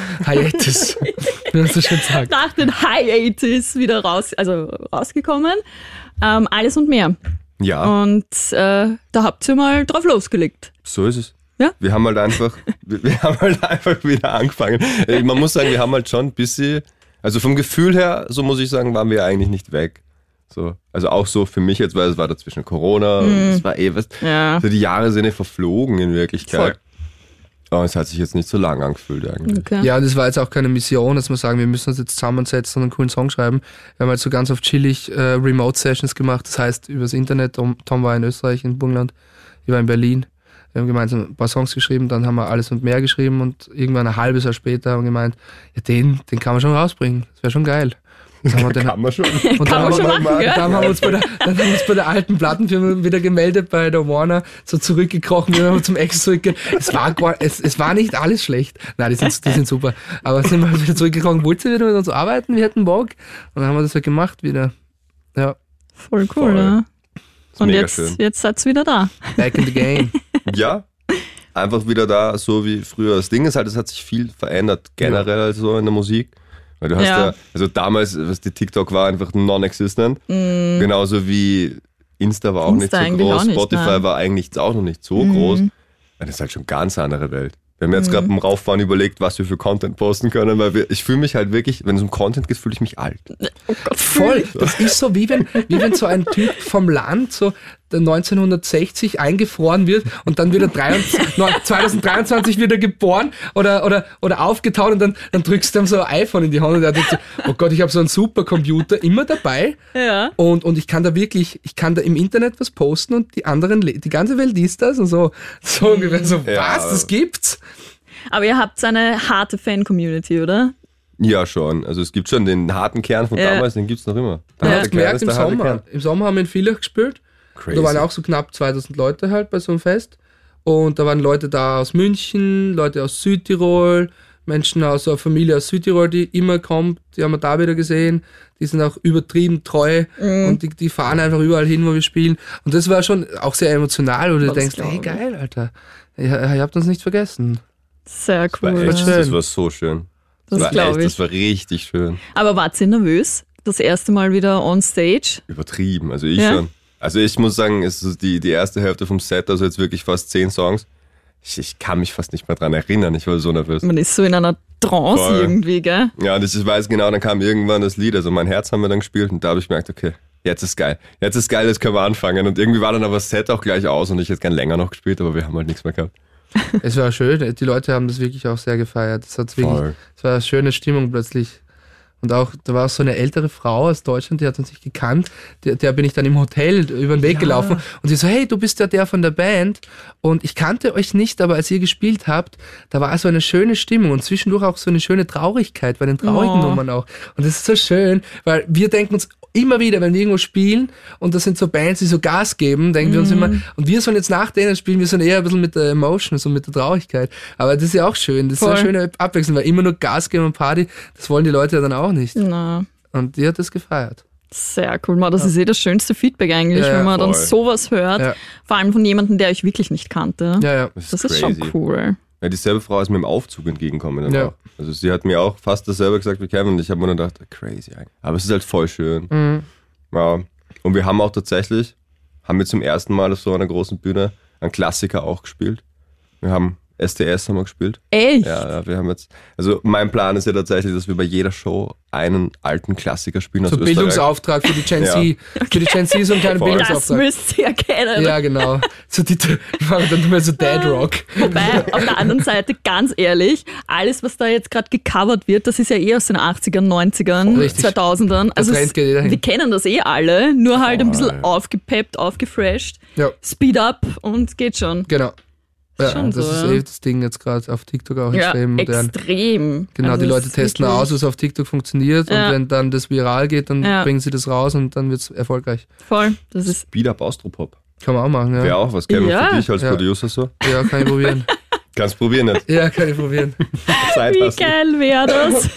Speaker 2: Hiatus. Wie man so schön sagt.
Speaker 1: Nach den Hiatus wieder raus, also rausgekommen. Ähm, alles und mehr.
Speaker 3: Ja,
Speaker 1: Und äh, da habt ihr mal drauf losgelegt.
Speaker 3: so ist es.
Speaker 1: Ja.
Speaker 3: Wir haben halt einfach, wir, wir haben halt einfach wieder angefangen. Äh, Man muss sagen, wir haben halt schon ein bisschen, also vom Gefühl her, so muss ich sagen, waren wir eigentlich nicht weg. So, also auch so für mich jetzt, weil es war dazwischen Corona und es war eh, was,
Speaker 1: Ja.
Speaker 3: also die Jahre sind ja verflogen in Wirklichkeit. Aber es hat sich jetzt nicht so lang angefühlt eigentlich.
Speaker 1: Okay.
Speaker 2: Ja, und es war jetzt auch keine Mission, dass wir sagen, wir müssen uns jetzt zusammensetzen und einen coolen Song schreiben. Wir haben halt so ganz oft chillig äh, Remote-Sessions gemacht, das heißt übers Internet. Tom, Tom war in Österreich, in Burgenland, ich war in Berlin. Wir haben gemeinsam ein paar Songs geschrieben, dann haben wir alles und mehr geschrieben und irgendwann ein halbes Jahr später haben wir gemeint, ja, den, den kann man schon rausbringen, das wäre schon geil. Dann haben wir den,
Speaker 3: Kann man schon.
Speaker 2: und
Speaker 1: Kann
Speaker 2: dann
Speaker 1: man
Speaker 2: haben
Speaker 1: schon
Speaker 2: wir,
Speaker 1: machen, gell?
Speaker 2: dann haben wir uns bei der, dann haben wir uns bei der alten Plattenfirma wieder gemeldet, bei der Warner, so zurückgekrochen, wir haben zum Ex zurückgehen. Es war, gar- es, es war nicht alles schlecht. Nein, die sind, die sind super. Aber sind wir wieder zurückgekrochen, wollt ihr wieder mit uns arbeiten? Wir hätten Bock. Und dann haben wir das halt gemacht wieder. Ja,
Speaker 1: Voll cool,
Speaker 3: Voll.
Speaker 1: ja.
Speaker 3: Ist
Speaker 1: Und
Speaker 3: mega
Speaker 1: jetzt,
Speaker 3: schön.
Speaker 1: jetzt seid ihr wieder da.
Speaker 2: back in the game.
Speaker 3: Ja, einfach wieder da, so wie früher. Das Ding ist halt, es hat sich viel verändert, generell also in der Musik. Weil du hast
Speaker 1: Ja.
Speaker 3: ja, also damals, was die TikTok war, einfach non-existent. Genauso wie Insta war auch
Speaker 1: Mhm. Insta
Speaker 3: nicht so
Speaker 1: eigentlich
Speaker 3: groß,
Speaker 1: auch nicht,
Speaker 3: Spotify
Speaker 1: nein.
Speaker 3: war eigentlich auch noch nicht so groß. Das ist halt schon eine ganz andere Welt. Wir haben jetzt gerade beim Rauffahren überlegt, was wir für Content posten können, weil wir, ich fühle mich halt wirklich, wenn es um Content geht, fühle ich mich alt.
Speaker 2: Voll. Das ist so, wie wenn, wie wenn so ein Typ vom Land, so der neunzehnhundertsechzig eingefroren wird und dann wieder dreiundzwanzig, no, zweitausenddreiundzwanzig wieder geboren oder, oder, oder aufgetaut und dann, dann drückst du ihm so ein iPhone in die Hand und er denkt so, oh Gott, ich habe so einen Supercomputer immer dabei
Speaker 1: Ja.
Speaker 2: und, und ich kann da wirklich, ich kann da im Internet was posten und die anderen, le- die ganze Welt liest das und so, so ungefähr so,
Speaker 3: Ja.
Speaker 2: was, das gibt's?
Speaker 1: Aber ihr habt eine harte Fan-Community, oder?
Speaker 3: Ja, schon. Also es gibt schon den harten Kern von
Speaker 1: Ja.
Speaker 3: damals, den gibt es noch immer. Der
Speaker 2: Man
Speaker 1: Ja.
Speaker 2: hat
Speaker 3: harte Kern
Speaker 2: gemerkt
Speaker 3: ist
Speaker 2: im
Speaker 3: der harte
Speaker 2: Sommer.
Speaker 3: Kern.
Speaker 2: Im Sommer haben wir in Villach gespielt.
Speaker 3: Crazy.
Speaker 2: Da waren auch so knapp zweitausend Leute halt bei so einem Fest. Und da waren Leute da aus München, Leute aus Südtirol, Menschen aus einer Familie aus Südtirol, die immer kommt. Die haben wir da wieder gesehen. Die sind auch übertrieben treu und die, die fahren einfach überall hin, wo wir spielen. Und das war schon auch sehr emotional, wo du
Speaker 1: Das
Speaker 2: denkst,
Speaker 1: glaub
Speaker 2: hey
Speaker 1: ich.
Speaker 2: geil, Alter. Ihr, ihr habt uns nicht vergessen.
Speaker 1: Sehr
Speaker 3: War
Speaker 1: cool.
Speaker 3: echt,
Speaker 2: schön.
Speaker 3: das war so schön.
Speaker 1: Das
Speaker 3: war
Speaker 1: glaub
Speaker 3: echt,
Speaker 1: ich.
Speaker 3: Das war richtig schön.
Speaker 1: Aber wart ihr nervös? Das erste Mal wieder on stage?
Speaker 3: Übertrieben, also ich
Speaker 1: Ja?
Speaker 3: schon. Also ich muss sagen, es ist die, die erste Hälfte vom Set, also jetzt wirklich fast zehn Songs. Ich, ich kann mich fast nicht mehr dran erinnern, ich war so nervös.
Speaker 1: Man ist so in einer Trance
Speaker 3: Voll.
Speaker 1: irgendwie, gell?
Speaker 3: Ja, und ich weiß genau, dann kam irgendwann das Lied, also mein Herz haben wir dann gespielt und da habe ich gemerkt, okay, jetzt ist geil. Jetzt ist geil, jetzt können wir anfangen. Und irgendwie war dann aber das Set auch gleich aus und ich hätte gern länger noch gespielt, aber wir haben halt nichts mehr gehabt.
Speaker 2: Es war schön. Die Leute haben das wirklich auch sehr gefeiert. Es hat wirklich,
Speaker 3: Voll.
Speaker 2: es war eine schöne Stimmung plötzlich. Und auch, da war so eine ältere Frau aus Deutschland, die hat uns nicht gekannt. Der, der bin ich dann im Hotel über den Weg
Speaker 1: Ja.
Speaker 2: gelaufen und sie so, hey, du bist ja der von der Band. Und ich kannte euch nicht, aber als ihr gespielt habt, da war so eine schöne Stimmung und zwischendurch auch so eine schöne Traurigkeit bei den traurigen
Speaker 1: Oh.
Speaker 2: Nummern auch. Und das ist so schön, weil wir denken uns immer wieder, wenn wir irgendwo spielen und das sind so Bands, die so Gas geben, denken wir uns immer, und wir sollen jetzt nach denen spielen, wir sind eher ein bisschen mit der Emotion, so mit der Traurigkeit. Aber das ist ja auch schön, das ist
Speaker 1: Voll.
Speaker 2: eine schöne Abwechslung, weil immer nur Gas geben und Party, das wollen die Leute ja dann auch nicht.
Speaker 1: Na,
Speaker 2: Und die hat das gefeiert.
Speaker 1: sehr cool. Man, das ist eh das schönste Feedback eigentlich,
Speaker 2: Ja, ja,
Speaker 1: wenn man dann
Speaker 3: voll.
Speaker 1: sowas hört.
Speaker 2: Ja.
Speaker 1: Vor allem von jemandem, der euch wirklich nicht kannte.
Speaker 2: Ja, ja.
Speaker 3: Das ist,
Speaker 1: Das ist
Speaker 3: crazy.
Speaker 1: schon cool.
Speaker 3: Ja, dieselbe Frau ist mir im Aufzug entgegengekommen. Dann
Speaker 2: Ja.
Speaker 3: auch. Also sie hat mir auch fast dasselbe gesagt wie Kevin und ich habe mir dann gedacht, crazy eigentlich. Aber es ist halt voll schön.
Speaker 2: Mhm.
Speaker 3: Ja. Und wir haben auch tatsächlich, haben wir zum ersten Mal auf so einer großen Bühne einen Klassiker auch gespielt. Wir haben S T S haben wir gespielt.
Speaker 1: Echt?
Speaker 3: Ja, ja, wir haben jetzt, also mein Plan ist ja tatsächlich, dass wir bei jeder Show einen alten Klassiker spielen aus
Speaker 2: So
Speaker 3: Österreich.
Speaker 2: Bildungsauftrag für die Gen Z. Für die Gen Z so ein kleiner
Speaker 3: Voll.
Speaker 1: Das
Speaker 2: Bildungsauftrag.
Speaker 1: müsst ihr kennen.
Speaker 2: Ja, genau. So die, die machen dann nur so Dead Rock.
Speaker 1: Wobei, auf der anderen Seite, ganz ehrlich, alles, was da jetzt gerade gecovert wird, das ist ja eh aus den achtzigern, neunzigern,
Speaker 2: Richtig.
Speaker 1: zweitausendern. Also
Speaker 2: Trend
Speaker 1: es,
Speaker 2: geht eh dahin.
Speaker 1: wir kennen das eh alle, nur halt ein
Speaker 3: Voll.
Speaker 1: bisschen aufgepeppt, aufgefresht,
Speaker 2: Ja,
Speaker 1: Speed up und geht schon.
Speaker 2: genau. Ja,
Speaker 1: Schon
Speaker 2: das
Speaker 1: so,
Speaker 2: ist
Speaker 1: ja.
Speaker 2: eh das Ding jetzt gerade auf TikTok auch
Speaker 1: Ja,
Speaker 2: extrem modern.
Speaker 1: extrem.
Speaker 2: Genau,
Speaker 1: Also
Speaker 2: die
Speaker 1: das
Speaker 2: Leute
Speaker 1: ist
Speaker 2: testen
Speaker 1: wirklich-
Speaker 2: aus, was auf TikTok funktioniert
Speaker 1: Ja.
Speaker 2: und wenn dann das viral geht, dann
Speaker 1: Ja.
Speaker 2: bringen sie das raus und dann wird es erfolgreich.
Speaker 1: Voll, das ist
Speaker 3: Speed Up Austropop.
Speaker 2: Kann man auch machen, ja.
Speaker 3: Wäre auch was, Kevin,
Speaker 1: Ja.
Speaker 3: für dich als
Speaker 2: Ja.
Speaker 3: Producer so.
Speaker 2: Ja, kann ich probieren.
Speaker 3: Kannst probieren jetzt.
Speaker 2: Ja, kann ich probieren.
Speaker 3: Zeit
Speaker 1: wie
Speaker 3: hast du.
Speaker 1: geil wäre das?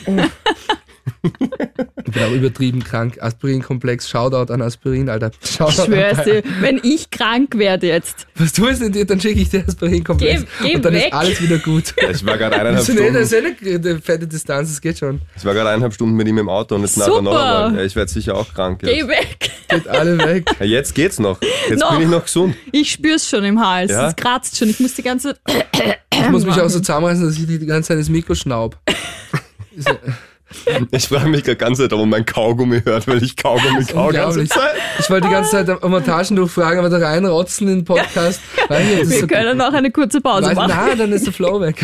Speaker 2: Ich bin auch übertrieben krank. Aspirin-Komplex, Shoutout an Aspirin, Alter.
Speaker 1: Ich
Speaker 2: Shoutout
Speaker 1: schwör's
Speaker 2: an
Speaker 1: dir, wenn ich krank werde jetzt,
Speaker 2: Was du es nicht, dann schicke ich dir Aspirin-Komplex
Speaker 1: Geh- geh
Speaker 2: und dann
Speaker 1: weg.
Speaker 2: ist alles wieder gut.
Speaker 3: Ich war gerade
Speaker 2: Das
Speaker 3: eineinhalb
Speaker 2: ist nicht, das
Speaker 3: Stunden.
Speaker 2: ist ja eine fette Distanz, das geht schon.
Speaker 3: Ich war gerade eineinhalb Stunden mit ihm im Auto und jetzt nachher noch
Speaker 1: Super.
Speaker 3: einmal. Ja, ich werde sicher auch krank.
Speaker 1: geh
Speaker 3: Jetzt.
Speaker 1: weg.
Speaker 2: Geht alle weg.
Speaker 3: Ja, jetzt geht's noch. Jetzt
Speaker 1: Noch.
Speaker 3: bin ich noch gesund.
Speaker 1: Ich spür's schon im Hals,
Speaker 3: Ja?
Speaker 1: es kratzt schon, ich muss die ganze
Speaker 2: Ich muss mich auch so zusammenreißen, dass ich nicht die ganze Zeit ins Mikro schnaub. Ist ja-
Speaker 3: Ich frage mich gerade die ganze Zeit, ob man mein Kaugummi hört, weil ich Kaugummi kau die ganze
Speaker 2: unglaublich.
Speaker 3: Zeit.
Speaker 2: Ich wollte die ganze Zeit um ein Taschentuch fragen, aber da reinrotzen in den Podcast. Weiß nicht, ob das
Speaker 1: Wir
Speaker 2: so-
Speaker 1: können noch eine kurze Pause
Speaker 2: weiß,
Speaker 1: machen.
Speaker 2: na, dann ist der Flow weg.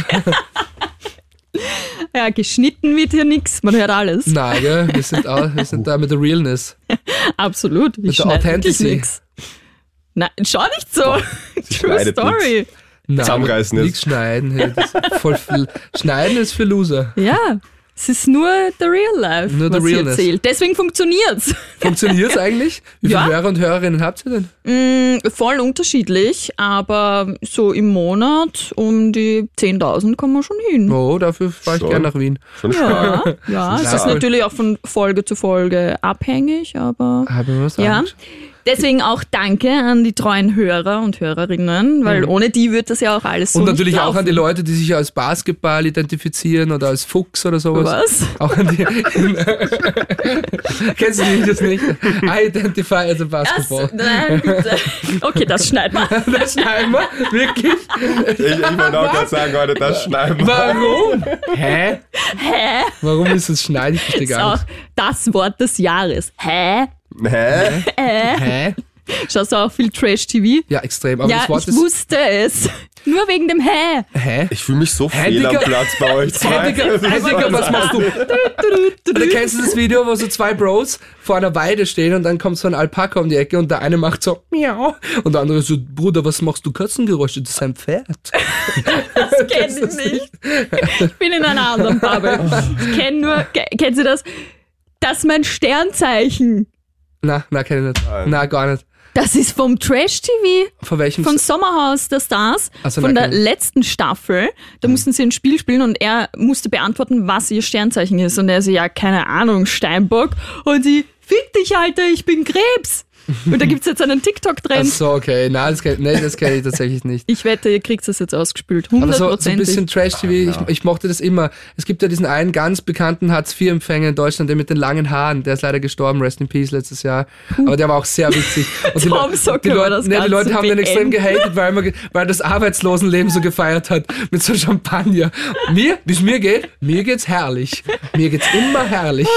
Speaker 1: Ja, geschnitten wird hier nichts, man hört alles.
Speaker 2: Nein, gell? Wir sind, auch, wir sind da mit der Realness.
Speaker 1: Absolut, ich
Speaker 2: Mit der
Speaker 1: schneide wirklich
Speaker 2: Authenticity.
Speaker 1: nichts. Nein, schau nicht so. True
Speaker 3: schneidet
Speaker 1: Story.
Speaker 2: Nein,
Speaker 3: Zusammenreißen jetzt.
Speaker 2: nichts schneiden. Hey, das ist voll viel. Schneiden ist für Loser.
Speaker 1: Ja, es ist nur der Real Life,
Speaker 2: Nur der
Speaker 1: was ihr
Speaker 2: Realness.
Speaker 1: erzählt. Deswegen funktioniert's.
Speaker 2: Funktioniert es eigentlich? Wie viele
Speaker 1: Ja.
Speaker 2: Hörer und Hörerinnen habt ihr denn?
Speaker 1: Mm, voll unterschiedlich, aber so im Monat um die zehntausend kommen wir schon hin.
Speaker 2: Oh, dafür fahre ich
Speaker 3: Schon.
Speaker 2: gerne nach Wien.
Speaker 3: Schon stark.
Speaker 1: Ja, ja, es
Speaker 2: Ja.
Speaker 1: ist natürlich auch von Folge zu Folge abhängig, aber
Speaker 2: Habe ich mir was
Speaker 1: ja.
Speaker 2: angeschaut.
Speaker 1: Deswegen auch danke an die treuen Hörer und Hörerinnen, weil ohne die wird das ja auch alles so
Speaker 2: Und
Speaker 1: nicht
Speaker 2: natürlich auch
Speaker 1: laufen.
Speaker 2: an die Leute, die sich als Basketball identifizieren oder als Fuchs oder sowas.
Speaker 1: Was?
Speaker 2: Auch an die. Kennst du die Videos nicht? I identify as a
Speaker 1: Das,
Speaker 2: basketball.
Speaker 1: nein, bitte. Okay, das schneiden wir.
Speaker 2: Das schneiden wir? Wirklich?
Speaker 3: Ich, ich wollte auch gerade sagen, heute das schneiden wir.
Speaker 2: Warum? Hä?
Speaker 1: Hä?
Speaker 2: Warum ist es schneiden? Ich verstehe
Speaker 1: Das ist
Speaker 2: gar
Speaker 1: auch
Speaker 2: nicht.
Speaker 1: das Wort des Jahres. Hä?
Speaker 3: Hä?
Speaker 2: Hä?
Speaker 1: Schaust du auch viel Trash-T V?
Speaker 2: Ja, extrem. Aber
Speaker 1: Ja,
Speaker 2: das Wort
Speaker 1: ich
Speaker 2: ist.
Speaker 1: wusste es. Nur wegen dem Hä.
Speaker 2: Hä?
Speaker 3: Ich fühle mich so
Speaker 2: Hä,
Speaker 3: fehl am
Speaker 2: Digga?
Speaker 3: Platz bei euch
Speaker 2: Hä,
Speaker 3: zwei.
Speaker 2: Digga, hä, Digga, was machst du? Oder kennst du das Video, wo so zwei Bros vor einer Weide stehen und dann kommt so ein Alpaka um die Ecke und der eine macht so miau und der andere so, Bruder, was machst du Katzengeräusche? Das ist ein Pferd.
Speaker 1: Das kenn ich nicht. Ich bin in einer anderen Bubble. Ich kenn nur, ke- kennen Sie das? Das ist mein Sternzeichen.
Speaker 2: Na, na, kenn ich nicht.
Speaker 3: Nein.
Speaker 2: Na, gar nicht.
Speaker 1: Das ist vom Trash-T V.
Speaker 2: Von welchem?
Speaker 1: Von Sommerhaus der Stars,
Speaker 2: Ach so,
Speaker 1: von
Speaker 2: na,
Speaker 1: der
Speaker 2: kenn ich.
Speaker 1: letzten Staffel. Da mussten sie ein Spiel spielen und er musste beantworten, was ihr Sternzeichen ist. Und er so, ja, keine Ahnung, Steinbock. Und sie, fick dich, Alter, ich bin Krebs. Und da gibt's jetzt einen
Speaker 2: Ach
Speaker 1: TikTok-Trend.
Speaker 2: so, okay. Nein, das kenn, nee, das kenne ich tatsächlich nicht.
Speaker 1: Ich wette, ihr kriegt das jetzt ausgespült.
Speaker 2: Aber so, so ein
Speaker 1: Hundertprozentig.
Speaker 2: bisschen Trash-T V, ich, ich mochte das immer. Es gibt ja diesen einen ganz bekannten Hartz vier Empfänger in Deutschland, der mit den langen Haaren, der ist leider gestorben, Rest in Peace letztes Jahr. Aber der war auch sehr witzig. Und die,
Speaker 1: Tom
Speaker 2: Leu-
Speaker 1: sagt
Speaker 2: die,
Speaker 1: immer
Speaker 2: Leute,
Speaker 1: das
Speaker 2: nee, die
Speaker 1: Ganze
Speaker 2: Leute haben den extrem
Speaker 1: beenden.
Speaker 2: gehatet, weil, man, ge- weil er das Arbeitslosenleben so gefeiert hat mit so Champagner. Mir, wie es mir geht, mir geht's herrlich. Mir geht's immer herrlich.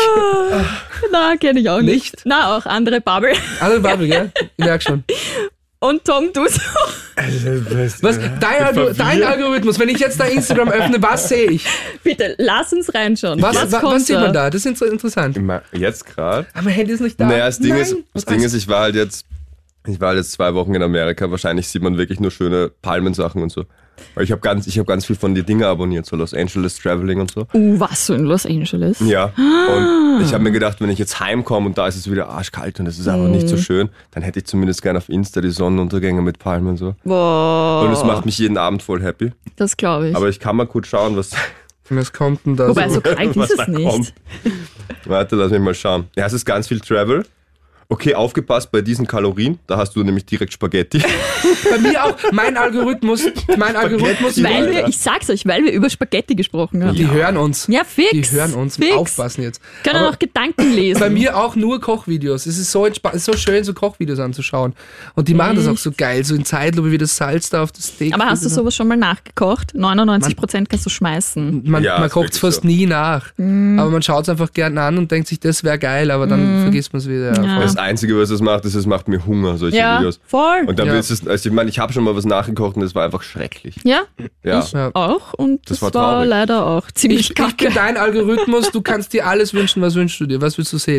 Speaker 1: Na, kenne ich auch nicht.
Speaker 2: Nicht?
Speaker 1: Na, auch andere Bubble.
Speaker 2: Alle Bubble, gell? Ich merk schon.
Speaker 1: Und Tom, du so.
Speaker 2: Was? Dein, Algo dein Algorithmus, wenn ich jetzt dein Instagram öffne, was sehe ich?
Speaker 1: Bitte, lass uns reinschauen.
Speaker 2: Was,
Speaker 1: was
Speaker 2: was,
Speaker 1: kommt
Speaker 2: was sieht
Speaker 1: da?
Speaker 2: man da? Das ist inter- interessant.
Speaker 3: Immer- Jetzt gerade?
Speaker 2: Aber mein Handy ist nicht da.
Speaker 3: Naja, das Ding,
Speaker 2: Nein.
Speaker 3: ist,
Speaker 2: Was
Speaker 3: das Ding
Speaker 2: heißt-
Speaker 3: ist, ich war halt jetzt, ich war halt jetzt zwei Wochen in Amerika. Wahrscheinlich sieht man wirklich nur schöne Palmensachen und so. Aber ich habe ganz, ich habe ganz viel von die Dinge abonniert, so Los Angeles Traveling und so.
Speaker 1: Uh, was so in Los Angeles?
Speaker 3: Ja. Und ich habe mir gedacht, wenn ich jetzt heimkomme und da ist es wieder arschkalt und es ist einfach nicht so schön, dann hätte ich zumindest gerne auf Insta die Sonnenuntergänge mit Palmen und so.
Speaker 1: Boah,
Speaker 3: Und es macht mich jeden Abend voll happy.
Speaker 1: das glaube ich.
Speaker 3: Aber ich kann mal kurz schauen, was,
Speaker 2: Was kommt denn da?
Speaker 1: Wobei,
Speaker 2: so?
Speaker 1: so kalt
Speaker 3: was
Speaker 1: ist
Speaker 3: da
Speaker 1: es nicht.
Speaker 3: kommt. Warte, lass mich mal schauen. Ja, es ist ganz viel Travel. Okay, aufgepasst bei diesen Kalorien. Da hast du nämlich direkt Spaghetti.
Speaker 2: Bei mir auch. Mein Algorithmus, mein Algorithmus,
Speaker 1: Weil
Speaker 3: Alter.
Speaker 1: wir, ich sag's euch, weil wir über Spaghetti gesprochen haben.
Speaker 2: die hören uns.
Speaker 1: Ja, fix.
Speaker 2: Die hören uns.
Speaker 1: Fix.
Speaker 2: Aufpassen jetzt.
Speaker 1: Können
Speaker 2: Aber
Speaker 1: auch Gedanken lesen.
Speaker 2: bei mir auch nur Kochvideos. Es ist so entspannt, es ist so schön, so Kochvideos anzuschauen. Und die machen das auch so geil, so in Zeitlupe, wie das Salz da auf das Steak.
Speaker 1: Aber hast du sowas schon mal nachgekocht? neunundneunzig Prozent kannst du schmeißen.
Speaker 2: Man,
Speaker 3: Ja,
Speaker 2: man
Speaker 3: ist
Speaker 2: kocht es
Speaker 3: wirklich
Speaker 2: fast
Speaker 3: so.
Speaker 2: nie nach.
Speaker 1: Mm.
Speaker 2: Aber man schaut es einfach gern an und denkt sich, das wäre geil, aber dann vergisst man es wieder. Ja,
Speaker 1: Ja.
Speaker 2: voll.
Speaker 3: Das Einzige, was es macht, ist, es macht mir Hunger, solche
Speaker 1: Ja,
Speaker 3: Videos.
Speaker 1: voll.
Speaker 3: Und dann
Speaker 2: Ja.
Speaker 3: willst du es, also ich meine, ich habe schon mal was nachgekocht und es war einfach schrecklich.
Speaker 1: Ja,
Speaker 3: Ja.
Speaker 1: ich
Speaker 2: Ja.
Speaker 1: auch. Und das,
Speaker 3: Das war
Speaker 1: war,
Speaker 3: traurig.
Speaker 1: leider auch ziemlich
Speaker 2: Ich, ich bin
Speaker 1: kacke.
Speaker 2: dein Algorithmus, du kannst dir alles wünschen, was wünschst du dir? Was willst du sehen?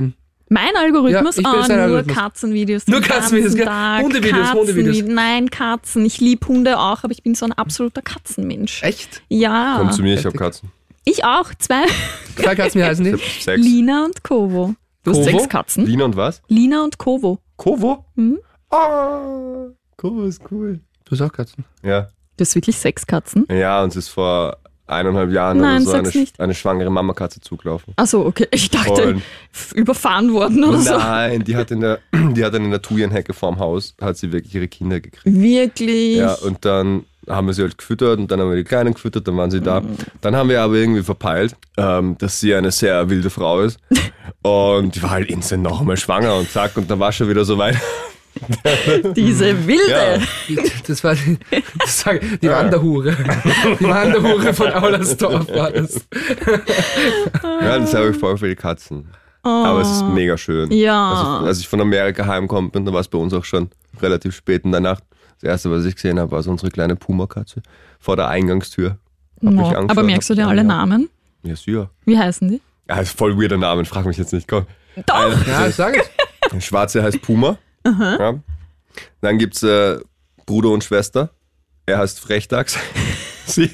Speaker 1: Mein Algorithmus?
Speaker 2: Ja, ich bin
Speaker 1: oh,
Speaker 2: sein
Speaker 1: nur
Speaker 2: Algorithmus.
Speaker 1: Katzenvideos.
Speaker 2: Nur
Speaker 1: den
Speaker 2: Katzenvideos,
Speaker 1: ganzen
Speaker 2: gell?
Speaker 1: Tag.
Speaker 2: Hundevideos,
Speaker 1: Katzen-
Speaker 2: Hundevideos.
Speaker 1: Nein, Katzen. Ich liebe Hunde auch, aber ich bin so ein absoluter Katzenmensch.
Speaker 2: Echt?
Speaker 1: Ja.
Speaker 3: Komm zu mir, ich hab
Speaker 2: Heftig.
Speaker 3: Katzen.
Speaker 1: Ich auch. Zwei.
Speaker 2: Zwei Katzen, wie heißen die?
Speaker 3: Sechs.
Speaker 1: Lina und Kovo. Du hast
Speaker 2: Kovo?
Speaker 1: sechs Katzen.
Speaker 3: Lina und was?
Speaker 1: Lina und Kovo.
Speaker 3: Kovo?
Speaker 1: Mhm.
Speaker 3: Ah, Kovo ist cool.
Speaker 2: Du hast auch Katzen.
Speaker 3: Ja.
Speaker 1: Du hast wirklich sechs Katzen?
Speaker 3: Ja, uns ist vor eineinhalb Jahren
Speaker 1: Nein,
Speaker 3: oder so eine,
Speaker 1: sag's nicht.
Speaker 3: eine schwangere Mamakatze zugelaufen.
Speaker 1: Achso, okay. Ich dachte,
Speaker 3: Und-
Speaker 1: f- überfahren worden oder so.
Speaker 3: Nein, die hat in der, die hat eine Thujenhecke vorm Haus, hat sie wirklich ihre Kinder gekriegt.
Speaker 1: Wirklich?
Speaker 3: Ja, und dann haben wir sie halt gefüttert und dann haben wir die Kleinen gefüttert, dann waren sie da. Dann haben wir aber irgendwie verpeilt, ähm, dass sie eine sehr wilde Frau ist. Und die war halt instant noch einmal schwanger und zack, und dann war schon wieder so weit.
Speaker 1: Diese Wilde.
Speaker 3: Ja.
Speaker 2: Das war die, das war die Wanderhure. Die Wanderhure von Aulersdorf war das.
Speaker 3: Ja, das habe ich voll für die Katzen. Aber es ist mega schön.
Speaker 1: Ja.
Speaker 3: Also, als ich von Amerika heimgekommen bin, da war es bei uns auch schon relativ spät in der Nacht. Das erste, was ich gesehen habe, war so unsere kleine Puma-Katze vor der Eingangstür. Hab mich
Speaker 1: No.
Speaker 3: angeschaut,
Speaker 1: Aber merkst du
Speaker 3: hab
Speaker 1: dir
Speaker 3: die
Speaker 1: alle
Speaker 3: angehauen.
Speaker 1: Namen?
Speaker 3: Ja, sicher.
Speaker 1: Wie heißen die?
Speaker 3: Ja, ist voll weirder Name, frag mich jetzt nicht. Komm.
Speaker 1: Doch!
Speaker 2: Ja, sag es.
Speaker 3: Der Schwarze heißt Puma. Ja. Dann gibt's äh, Bruder und Schwester. Er heißt Frechdachs. sie,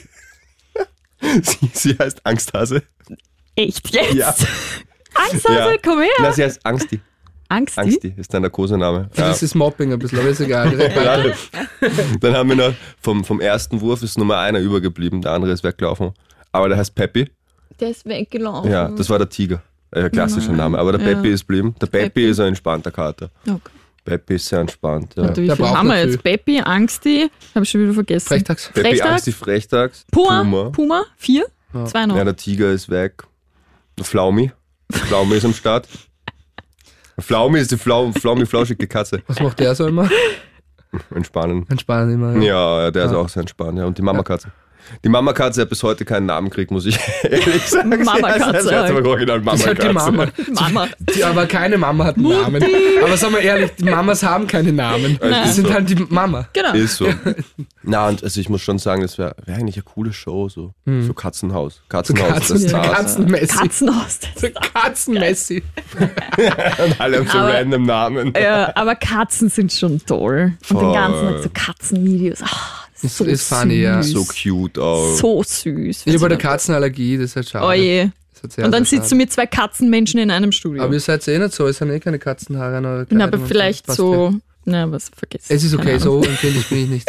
Speaker 3: sie, sie heißt Angsthase.
Speaker 1: Echt jetzt?
Speaker 3: Ja.
Speaker 1: Angsthase,
Speaker 3: Ja.
Speaker 1: komm her.
Speaker 3: Na, sie heißt Angsti.
Speaker 1: Angst, die?
Speaker 3: Angsti ist dann der Kosename. Ja.
Speaker 2: Das ist Mobbing ein bisschen, aber ist egal. Direkt weiter.
Speaker 3: Ja. Dann haben wir noch, vom, vom ersten Wurf ist Nummer einer übergeblieben, der andere ist weggelaufen. Aber der heißt Peppi.
Speaker 1: Der ist weggelaufen.
Speaker 3: Ja, das war der Tiger. Äh, klassischer Name. Aber der
Speaker 1: Ja.
Speaker 3: Peppi ist geblieben. Der Peppi,
Speaker 1: Peppi.
Speaker 3: ist ein entspannter Kater.
Speaker 1: Okay.
Speaker 3: Peppi ist sehr entspannt. Ja.
Speaker 1: Und wie
Speaker 2: der
Speaker 1: viel
Speaker 2: braucht
Speaker 1: haben wir
Speaker 2: nicht
Speaker 1: jetzt? Peppi, Angsti, habe ich schon wieder vergessen.
Speaker 2: Frechtags.
Speaker 3: Peppi,
Speaker 1: Frechdachs?
Speaker 3: Angsti, Frechdachs.
Speaker 1: Puma,
Speaker 3: Puma.
Speaker 1: Puma, vier, zwei noch.
Speaker 3: Ja, der Tiger ist weg. Der Flaumi. Der Flaumi ist am Start. Der Flaumi ist die Flau Flaumi flauschige Katze.
Speaker 2: Was macht der so immer?
Speaker 3: Entspannen.
Speaker 2: Entspannen immer.
Speaker 3: Ja, ja, der ist auch sehr entspannt. Ja. Und die Mamakatze. Die Mamakatze hat bis heute keinen Namen gekriegt, muss ich ehrlich sagen.
Speaker 1: Mamakatze
Speaker 3: Sie heißt aber original
Speaker 2: Das ist halt die
Speaker 3: Mamakatze.
Speaker 2: Mama.
Speaker 1: Mama.
Speaker 2: Die, aber keine Mama hat einen Namen. Aber sagen wir ehrlich, die Mamas haben keine Namen.
Speaker 3: Nein.
Speaker 2: Die sind halt die Mama.
Speaker 1: Genau.
Speaker 3: Ist so. Na, und also ich muss schon sagen, das wäre wär eigentlich eine coole Show, so. So Katzenhaus. Katzenhaus,
Speaker 2: Katzen,
Speaker 3: das Stars.
Speaker 2: Katzenmessi.
Speaker 1: Katzenhaus. Das
Speaker 2: Katzenmessi.
Speaker 3: Und alle haben so
Speaker 1: Aber-
Speaker 3: random Namen.
Speaker 1: ja, aber Katzen sind schon toll. Und den
Speaker 3: Voll.
Speaker 1: ganzen Tag so Katzenvideos. Ah, das ist
Speaker 2: Ist-
Speaker 1: so
Speaker 2: ist funny, ja.
Speaker 1: süß.
Speaker 3: So cute auch.
Speaker 1: So süß.
Speaker 2: Ich habe eine Katzenallergie, das ist halt schade.
Speaker 1: Oh je.
Speaker 2: Das ist halt sehr,
Speaker 1: Und dann
Speaker 2: sehr
Speaker 1: sitzt du
Speaker 2: schade.
Speaker 1: mit zwei Katzenmenschen in einem Studio.
Speaker 2: Aber ihr seid eh nicht so, es sind eh keine Katzenhaare an eurer
Speaker 1: Na,
Speaker 2: Kleidung
Speaker 1: aber
Speaker 2: und
Speaker 1: vielleicht
Speaker 2: passt
Speaker 1: so.
Speaker 2: ja.
Speaker 1: Na, was vergessen.
Speaker 2: Es ist okay,
Speaker 1: Keine
Speaker 2: so
Speaker 1: Ahnung.
Speaker 2: empfindlich bin ich nicht.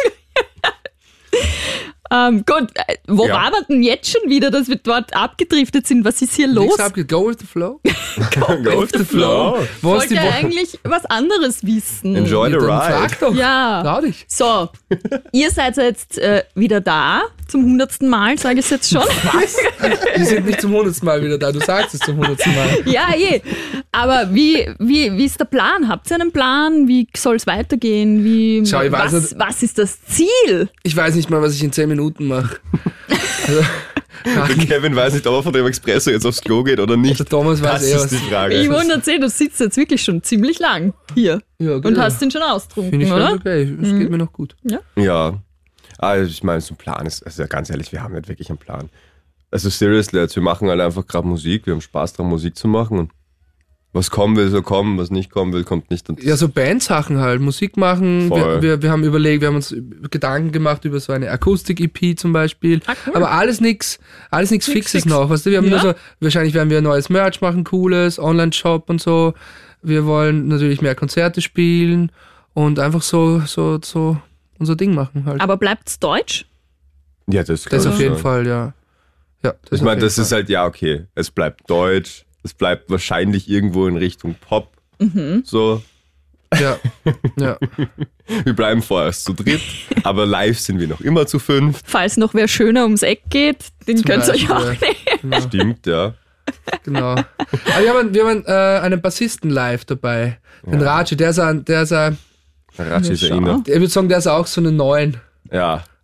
Speaker 1: Ähm, gut, äh, wo
Speaker 3: Ja.
Speaker 1: waren wir denn jetzt schon wieder, dass wir dort abgedriftet sind? Was ist hier los?
Speaker 2: Nichts abge- Go with the flow.
Speaker 3: Go with the flow.
Speaker 2: Wo
Speaker 1: Ich
Speaker 2: ist die
Speaker 1: wollte ja
Speaker 2: Woche?
Speaker 1: eigentlich was anderes wissen.
Speaker 3: Enjoy the
Speaker 2: Dann
Speaker 3: ride.
Speaker 2: frag doch.
Speaker 1: Ja.
Speaker 2: Trau dich.
Speaker 1: So, ihr seid jetzt äh, wieder da, zum hundertsten Mal, sage ich jetzt schon.
Speaker 2: Die sind nicht zum hundertsten Mal wieder da, du sagst es zum hundertsten Mal.
Speaker 1: Ja, je. Aber wie, wie, wie ist der Plan? Habt ihr einen Plan? Wie soll es weitergehen? Wie,
Speaker 2: Schau, ich weiß
Speaker 1: was,
Speaker 2: nicht-
Speaker 1: was ist das Ziel?
Speaker 2: Ich weiß nicht mal, was ich in zehn Minuten mache. Also,
Speaker 3: Der Kevin weiß nicht, ob er von dem Expresso jetzt aufs Klo geht oder nicht.
Speaker 2: der Thomas weiß
Speaker 3: Das
Speaker 2: eh,
Speaker 3: ist
Speaker 2: was.
Speaker 3: die Frage.
Speaker 1: Ich wundert sich, du sitzt jetzt wirklich schon ziemlich lang hier
Speaker 2: Ja,
Speaker 1: und
Speaker 2: genau.
Speaker 1: hast den schon austrunken,
Speaker 2: Finde ich
Speaker 1: oder?
Speaker 2: ganz okay. Es geht mir noch gut.
Speaker 3: Ja. Also ich meine, so ein Plan ist, also ganz ehrlich, wir haben nicht wirklich einen Plan. Also seriously, jetzt, wir machen halt einfach gerade Musik, wir haben Spaß dran, Musik zu machen und was kommen will, soll kommen, was nicht kommen will, kommt nicht. Und
Speaker 2: Ja, so Bandsachen halt, Musik machen. Wir,
Speaker 3: Voll.
Speaker 2: wir, wir haben überlegt, wir haben uns Gedanken gemacht über so eine Akustik-E P zum Beispiel.
Speaker 1: Ah, cool.
Speaker 2: Aber alles nix, alles nix
Speaker 1: Nix
Speaker 2: Fixes
Speaker 1: fix.
Speaker 2: noch. Weißt du, wir haben
Speaker 1: Ja.
Speaker 2: nur so, wahrscheinlich werden wir ein neues Merch machen, cooles, Online-Shop und so. Wir wollen natürlich mehr Konzerte spielen und einfach so, so, so unser Ding machen halt.
Speaker 1: Aber bleibt's deutsch?
Speaker 3: ja, das,
Speaker 2: das
Speaker 3: kann
Speaker 2: auf
Speaker 3: ich
Speaker 2: jeden
Speaker 3: sagen.
Speaker 2: Fall, ja. Ja, das
Speaker 3: Ich meine, das ist halt, ja, okay, es bleibt deutsch, es bleibt wahrscheinlich irgendwo in Richtung Pop. So,
Speaker 2: Ja, ja.
Speaker 3: wir bleiben vorerst zu dritt, aber live sind wir noch immer zu fünf.
Speaker 1: Falls noch wer schöner ums Eck geht, den
Speaker 2: Zum
Speaker 1: könnt ihr euch auch
Speaker 2: Beispiel,
Speaker 1: nehmen.
Speaker 3: Stimmt, ja.
Speaker 2: Genau. Aber wir haben, wir haben äh, einen Bassisten live dabei. Den
Speaker 3: Ja.
Speaker 2: Raji, der ist ein, der ist ein,
Speaker 3: Ratschi ist ja
Speaker 1: schau.
Speaker 3: inner.
Speaker 2: ich würde sagen, der ist auch so eine neun.
Speaker 3: Ja,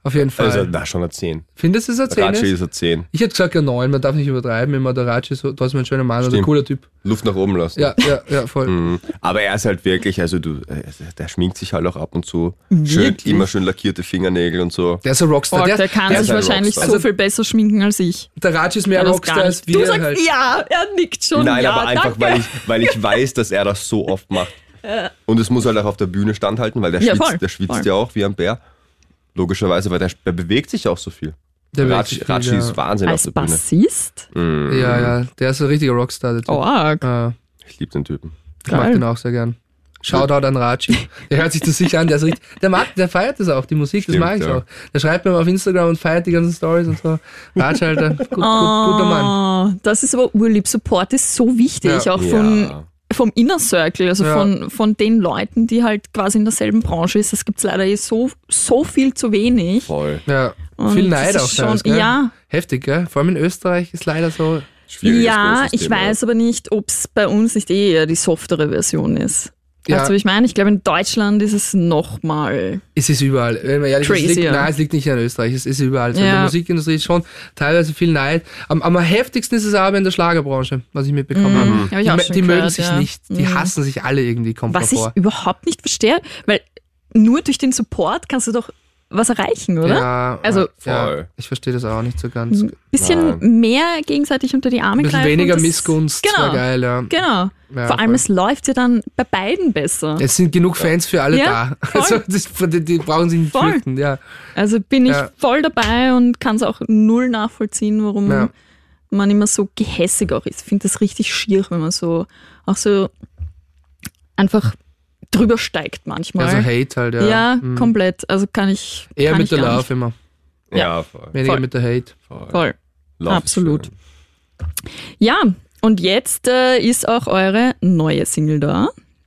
Speaker 2: Auf jeden Fall.
Speaker 3: Also, na, schon eine zehn.
Speaker 2: Findest du es eine zehn?
Speaker 3: Ratschi ist eine zehn.
Speaker 2: Ich hätte gesagt, ja neun, man darf nicht übertreiben, immer der Ratschi, so, da ist ein schöner Mann oder ein
Speaker 3: Stimmt.
Speaker 2: cooler Typ.
Speaker 3: Luft nach oben lassen.
Speaker 2: Ja, ja, ja, voll.
Speaker 3: Mhm. Aber er ist halt wirklich, also du, äh, der schminkt sich halt auch ab und zu. Schön,
Speaker 1: Wirklich?
Speaker 3: immer schön lackierte Fingernägel und so.
Speaker 2: Der ist ein Rockstar.
Speaker 1: Boah,
Speaker 2: der,
Speaker 1: der kann
Speaker 2: der,
Speaker 1: sich
Speaker 3: ein
Speaker 1: wahrscheinlich
Speaker 3: Rockstar.
Speaker 1: so viel besser schminken als ich.
Speaker 2: der Ratschi ist mehr
Speaker 1: Ja, das
Speaker 2: Rockstar
Speaker 1: gar
Speaker 2: als
Speaker 1: nicht.
Speaker 2: wir
Speaker 1: Du sagst
Speaker 2: halt.
Speaker 1: ja, er nickt schon.
Speaker 3: Nein,
Speaker 1: ja,
Speaker 3: aber einfach,
Speaker 1: danke.
Speaker 3: weil ich, weil ich weiß, dass er das so oft macht. Und es muss halt auch auf der Bühne standhalten, weil der
Speaker 1: Ja,
Speaker 3: schwitzt,
Speaker 1: voll,
Speaker 3: der schwitzt
Speaker 1: voll.
Speaker 3: ja auch wie ein Bär. Logischerweise, weil der, der bewegt sich auch so viel.
Speaker 2: Der
Speaker 3: Ratschi,
Speaker 2: bewegt sich
Speaker 3: Ratschi
Speaker 2: viel,
Speaker 3: ist
Speaker 2: ja.
Speaker 3: Wahnsinn
Speaker 1: Als
Speaker 3: auf der Bühne.
Speaker 1: Bassist?
Speaker 3: Mhm.
Speaker 2: Ja, ja, der ist ein richtiger Rockstar. Der Typ.
Speaker 1: Oh, arg.
Speaker 2: Äh,
Speaker 3: Ich liebe den Typen.
Speaker 2: ich mag
Speaker 1: Geil.
Speaker 2: den auch sehr gern. Shoutout an Ratschi. Der hört sich das sicher an, der ist richtig, der mag, der feiert das auch, die Musik, das
Speaker 3: Stimmt,
Speaker 2: mag ich
Speaker 3: ja.
Speaker 2: auch. Der schreibt mir mal auf Instagram und feiert die ganzen Stories und so. Ratschi, Alter, gut, gut, guter Mann.
Speaker 1: Oh, das ist aber urlieb. Support ist so wichtig,
Speaker 2: Ja.
Speaker 1: auch von,
Speaker 3: Ja.
Speaker 1: vom Inner Circle, also
Speaker 2: Ja.
Speaker 1: von, von den Leuten, die halt quasi in derselben Branche ist. Das gibt es leider eh so, so viel zu wenig.
Speaker 3: Voll.
Speaker 2: Ja,
Speaker 1: Und
Speaker 2: viel
Speaker 1: das
Speaker 2: Neid
Speaker 1: ist
Speaker 2: auch
Speaker 1: schon-
Speaker 2: teilweise, gell?
Speaker 1: ja.
Speaker 2: Heftig, gell? Vor allem in Österreich ist leider so.
Speaker 3: Schwieriges,
Speaker 1: Ja,
Speaker 3: großes
Speaker 1: ich
Speaker 3: Thema.
Speaker 1: weiß aber nicht, ob es bei uns nicht eh eher die softere Version ist.
Speaker 2: Ja.
Speaker 1: Weißt du, wie ich meine? Ich glaube, in Deutschland ist es nochmal.
Speaker 2: Es ist überall. Wenn man ehrlich ist, es
Speaker 1: Crazy,
Speaker 2: liegt,
Speaker 1: ja.
Speaker 2: nein, es liegt nicht an Österreich, es ist überall. Also in
Speaker 1: Ja.
Speaker 2: der Musikindustrie ist schon teilweise viel Neid. Am, am heftigsten ist es aber in der Schlagerbranche, was ich mitbekommen habe.
Speaker 1: Hab ich
Speaker 2: Die,
Speaker 1: auch
Speaker 2: me-
Speaker 1: schon
Speaker 2: die mögen
Speaker 1: gehört,
Speaker 2: sich
Speaker 1: ja.
Speaker 2: nicht, die
Speaker 1: Mhm.
Speaker 2: hassen sich alle irgendwie, kommt
Speaker 1: Was ich
Speaker 2: davor.
Speaker 1: überhaupt nicht verstehe, weil nur durch den Support kannst du doch was erreichen, oder?
Speaker 2: Ja,
Speaker 1: Also-
Speaker 2: ja,
Speaker 3: Voll.
Speaker 2: ich verstehe das auch nicht so ganz. Ein
Speaker 1: Bisschen mehr gegenseitig unter die Arme
Speaker 2: bisschen
Speaker 1: greifen.
Speaker 2: weniger
Speaker 1: und das-
Speaker 2: Missgunst,
Speaker 1: Genau.
Speaker 2: wäre geil, ja.
Speaker 1: Genau.
Speaker 2: Ja,
Speaker 1: Vor allem,
Speaker 2: voll.
Speaker 1: es läuft ja dann bei beiden besser.
Speaker 2: Es sind genug Fans für alle
Speaker 1: Ja,
Speaker 2: da.
Speaker 1: voll.
Speaker 2: Also das, die, die brauchen sich nicht
Speaker 1: Voll.
Speaker 2: fürchten, ja.
Speaker 1: Also bin ich
Speaker 2: Ja.
Speaker 1: voll dabei und kann es auch null nachvollziehen, warum
Speaker 2: Ja.
Speaker 1: man immer so gehässig auch ist. Ich finde das richtig schier, wenn man so auch so einfach drüber steigt manchmal.
Speaker 2: Also Hate halt, ja.
Speaker 1: ja,
Speaker 2: Mhm.
Speaker 1: komplett. Also kann ich.
Speaker 2: Eher
Speaker 1: kann
Speaker 2: mit
Speaker 1: ich
Speaker 2: der
Speaker 1: gar
Speaker 2: Love
Speaker 1: nicht.
Speaker 2: immer.
Speaker 3: Ja, voll.
Speaker 2: Weniger
Speaker 1: Voll.
Speaker 2: mit der Hate.
Speaker 3: voll.
Speaker 1: Voll.
Speaker 3: Love is
Speaker 1: Absolut.
Speaker 3: schön.
Speaker 1: Ja, und jetzt äh, ist auch eure neue Single da.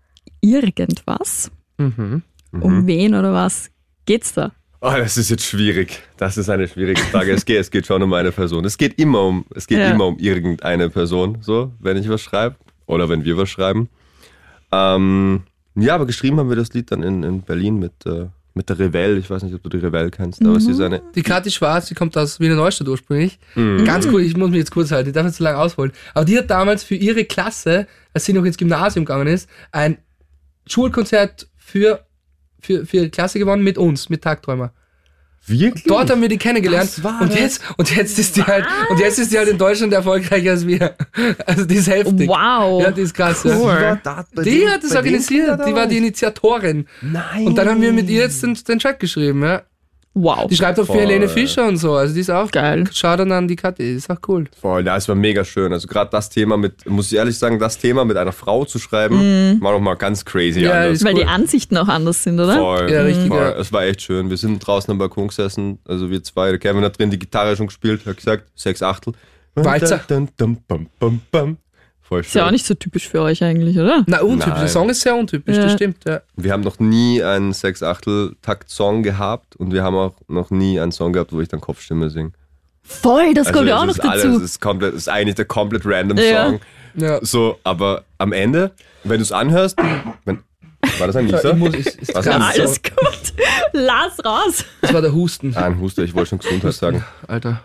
Speaker 1: Irgendwas.
Speaker 2: Mhm.
Speaker 1: Um wen oder was geht's da?
Speaker 3: Oh, das ist jetzt schwierig. Das ist eine schwierige Frage. Es geht, es geht schon um eine Person. Es geht immer um, es geht
Speaker 1: Ja.
Speaker 3: immer um irgendeine Person, so, wenn ich was schreibe. Oder wenn wir was schreiben. Ähm, ja, aber geschrieben haben wir das Lied dann in, in Berlin mit, äh, mit der Revell. Ich weiß nicht, ob du die Revell kennst, aber sie ist eine.
Speaker 2: Die Kathi Schwarz, die kommt aus Wiener Neustadt ursprünglich.
Speaker 3: Mhm.
Speaker 2: Ganz cool, ich muss mich jetzt kurz halten, ich darf nicht so lange ausholen. Aber die hat damals für ihre Klasse, als sie noch ins Gymnasium gegangen ist, ein Schulkonzert für, für, für ihre Klasse gewonnen mit uns, mit Tagträumer.
Speaker 3: Wirklich?
Speaker 2: Dort haben wir die kennengelernt.
Speaker 3: Das war
Speaker 2: und
Speaker 3: das?
Speaker 2: jetzt, und jetzt ist die halt, und jetzt ist die halt in Deutschland erfolgreicher als wir. Also die ist heftig.
Speaker 1: Wow.
Speaker 2: Ja, die ist krass.
Speaker 1: Cool.
Speaker 2: Ja. Die hat das organisiert, die war die Initiatorin.
Speaker 3: Nein.
Speaker 2: Und dann haben wir mit ihr jetzt den, den Track geschrieben, ja.
Speaker 1: Wow.
Speaker 2: Die schreibt auch für
Speaker 3: Voll.
Speaker 2: Helene Fischer und so, also die ist auch
Speaker 1: Geil.
Speaker 2: Schau dann an die Kathi, ist auch cool.
Speaker 3: Voll, ja, es war mega schön. Also gerade das Thema mit, muss ich ehrlich sagen, das Thema mit einer Frau zu schreiben,
Speaker 1: Mhm.
Speaker 3: war nochmal ganz crazy
Speaker 2: Ja,
Speaker 3: anders.
Speaker 2: ist
Speaker 1: Weil
Speaker 2: cool.
Speaker 1: die Ansichten auch anders sind, oder?
Speaker 3: Voll,
Speaker 2: Ja, richtig,
Speaker 3: voll.
Speaker 2: ja.
Speaker 3: Es war echt schön. Wir sind draußen am Balkon gesessen, also wir zwei. Der Kevin hat drin die Gitarre schon gespielt, hat gesagt, sechs Achtel.
Speaker 2: Walzer.
Speaker 3: Dum, dum, bum, bum, bum. Voll
Speaker 1: Ist ja auch
Speaker 3: schön.
Speaker 1: nicht so typisch für euch eigentlich, oder?
Speaker 2: Na, untypisch.
Speaker 3: Nein.
Speaker 2: Der Song ist sehr untypisch,
Speaker 1: Ja.
Speaker 2: das stimmt, ja.
Speaker 3: Wir haben noch nie einen sechs Achtel Takt-Song gehabt und wir haben auch noch nie einen Song gehabt, wo ich dann Kopfstimme singe.
Speaker 1: Voll, das kommt ja
Speaker 3: es
Speaker 1: auch noch
Speaker 3: ist alles,
Speaker 1: dazu.
Speaker 3: es ist, komplett, es ist eigentlich der komplett random
Speaker 1: Ja.
Speaker 3: Song.
Speaker 2: Ja.
Speaker 3: So, aber am Ende, wenn du es anhörst, wenn, war das ein
Speaker 2: Ich
Speaker 3: Nieser?
Speaker 2: muss, ich, ist
Speaker 3: Was
Speaker 2: grad
Speaker 3: ist
Speaker 2: so.
Speaker 1: Alles gut. Lass raus.
Speaker 2: Das war der Husten.
Speaker 3: Ah, ein Huster, ich wollte schon Gesundheit sagen.
Speaker 2: Alter.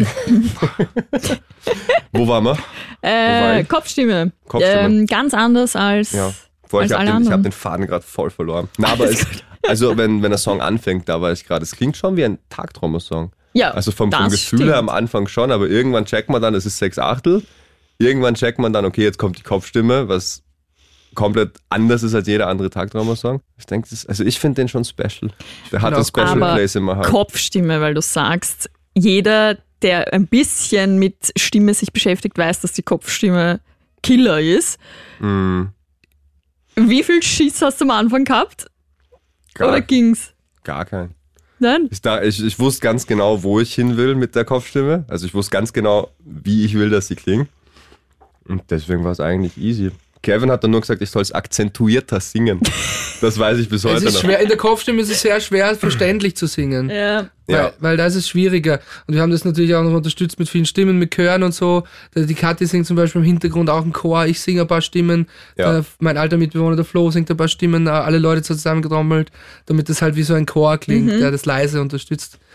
Speaker 3: Wo waren wir? war
Speaker 1: Äh,
Speaker 3: ich?
Speaker 1: Kopfstimme.
Speaker 3: Kopfstimme.
Speaker 1: Ähm, ganz anders als.
Speaker 3: Ja. Vor,
Speaker 1: Als
Speaker 3: ich habe
Speaker 1: alle
Speaker 3: den, ich hab
Speaker 1: anderen.
Speaker 3: den Faden gerade voll verloren. Na, aber es, also wenn, wenn der Song anfängt, da war ich gerade, es klingt schon wie ein Tagtraumer-Song.
Speaker 1: Ja,
Speaker 3: Also vom, vom
Speaker 1: das
Speaker 3: Gefühl
Speaker 1: stimmt.
Speaker 3: her am Anfang schon, aber irgendwann checkt man dann, es ist sechs Achtel. Irgendwann checkt man dann, okay, jetzt kommt die Kopfstimme, was komplett anders ist als jeder andere Tagtraumer-Song. Ich denke, das- also ich finde den schon special. Der hat
Speaker 2: Genau.
Speaker 3: ein Special
Speaker 1: Aber
Speaker 3: Place in my heart.
Speaker 1: Kopfstimme, weil du sagst, jeder, der ein bisschen mit Stimme sich beschäftigt, weiß, dass die Kopfstimme Killer ist.
Speaker 3: Mm,
Speaker 1: Wie viel Schiss hast du am Anfang gehabt?
Speaker 3: gar,
Speaker 1: Oder ging's?
Speaker 3: gar kein.
Speaker 1: Nein?
Speaker 3: Ich, da, ich, ich wusste ganz genau, wo ich hin will mit der Kopfstimme. Also ich wusste ganz genau, wie ich will, dass sie klingt. Und deswegen war es eigentlich easy. Kevin hat dann nur gesagt, ich soll es akzentuierter singen. Das weiß ich bis
Speaker 2: Es
Speaker 3: heute
Speaker 2: ist
Speaker 3: noch.
Speaker 2: schwer, in der Kopfstimme ist es sehr schwer, verständlich zu singen.
Speaker 1: Ja.
Speaker 3: Ja.
Speaker 2: Weil, weil da ist es schwieriger. Und wir haben das natürlich auch noch unterstützt mit vielen Stimmen, mit Chören und so. Die Kathi singt zum Beispiel im Hintergrund auch einen Chor, ich singe ein paar Stimmen.
Speaker 3: Ja.
Speaker 2: Der, mein alter Mitbewohner, der Flo, singt ein paar Stimmen, alle Leute zusammengetrommelt, damit das halt wie so ein Chor klingt,
Speaker 1: Mhm.
Speaker 2: der das leise unterstützt.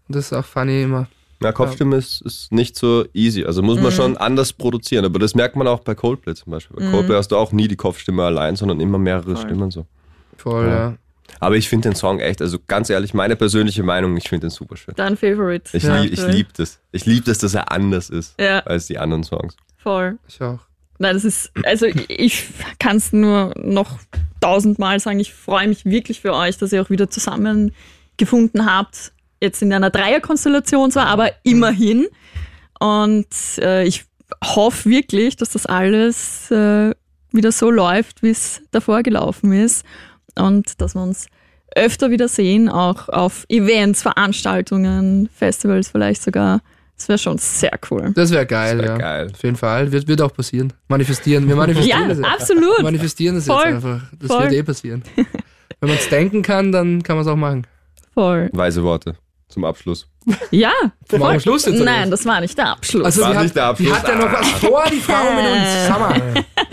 Speaker 2: Das ist auch funny immer.
Speaker 3: Ja, Kopfstimme ja. Ist, ist nicht so easy. Also muss man mhm. schon anders produzieren. Aber das merkt man auch bei Coldplay zum Beispiel. Bei mhm. Coldplay hast du auch nie die Kopfstimme allein, sondern immer mehrere Voll. Stimmen so.
Speaker 2: Voll, ja. ja.
Speaker 3: Aber ich finde den Song echt, also ganz ehrlich, meine persönliche Meinung, ich finde den super schön.
Speaker 1: Dein Favorite.
Speaker 3: Ich, ja. lieb, ich liebe das. Ich liebe das, dass er anders ist ja. als die anderen Songs.
Speaker 1: Voll.
Speaker 2: Ich auch.
Speaker 1: Nein, das ist, also ich kann es nur noch tausendmal sagen, ich freue mich wirklich für euch, dass ihr auch wieder zusammengefunden habt. Jetzt in einer Dreierkonstellation zwar, aber immerhin. Und äh, ich hoffe wirklich, dass das alles äh, wieder so läuft, wie es davor gelaufen ist. Und dass wir uns öfter wieder sehen, auch auf Events, Veranstaltungen, Festivals vielleicht sogar. Das wäre schon sehr cool.
Speaker 2: Das wäre geil,
Speaker 3: das wär
Speaker 2: ja.
Speaker 3: geil.
Speaker 2: Auf jeden Fall. Wird, wird auch passieren. Manifestieren. Wir manifestieren
Speaker 1: ja,
Speaker 2: das jetzt.
Speaker 1: absolut.
Speaker 2: Wir manifestieren das
Speaker 1: Voll.
Speaker 2: jetzt einfach. Das
Speaker 1: Voll.
Speaker 2: wird eh passieren. Wenn man es denken kann, dann kann man es auch machen.
Speaker 1: Voll.
Speaker 3: Weise Worte zum Abschluss.
Speaker 1: Ja.
Speaker 2: Zum Abschluss jetzt?
Speaker 1: Nein, das war nicht der Abschluss.
Speaker 2: Also
Speaker 3: war
Speaker 2: die,
Speaker 3: nicht
Speaker 2: hat,
Speaker 3: der Abschluss.
Speaker 2: die hat ja noch was vor, die Frau mit uns. Hammer.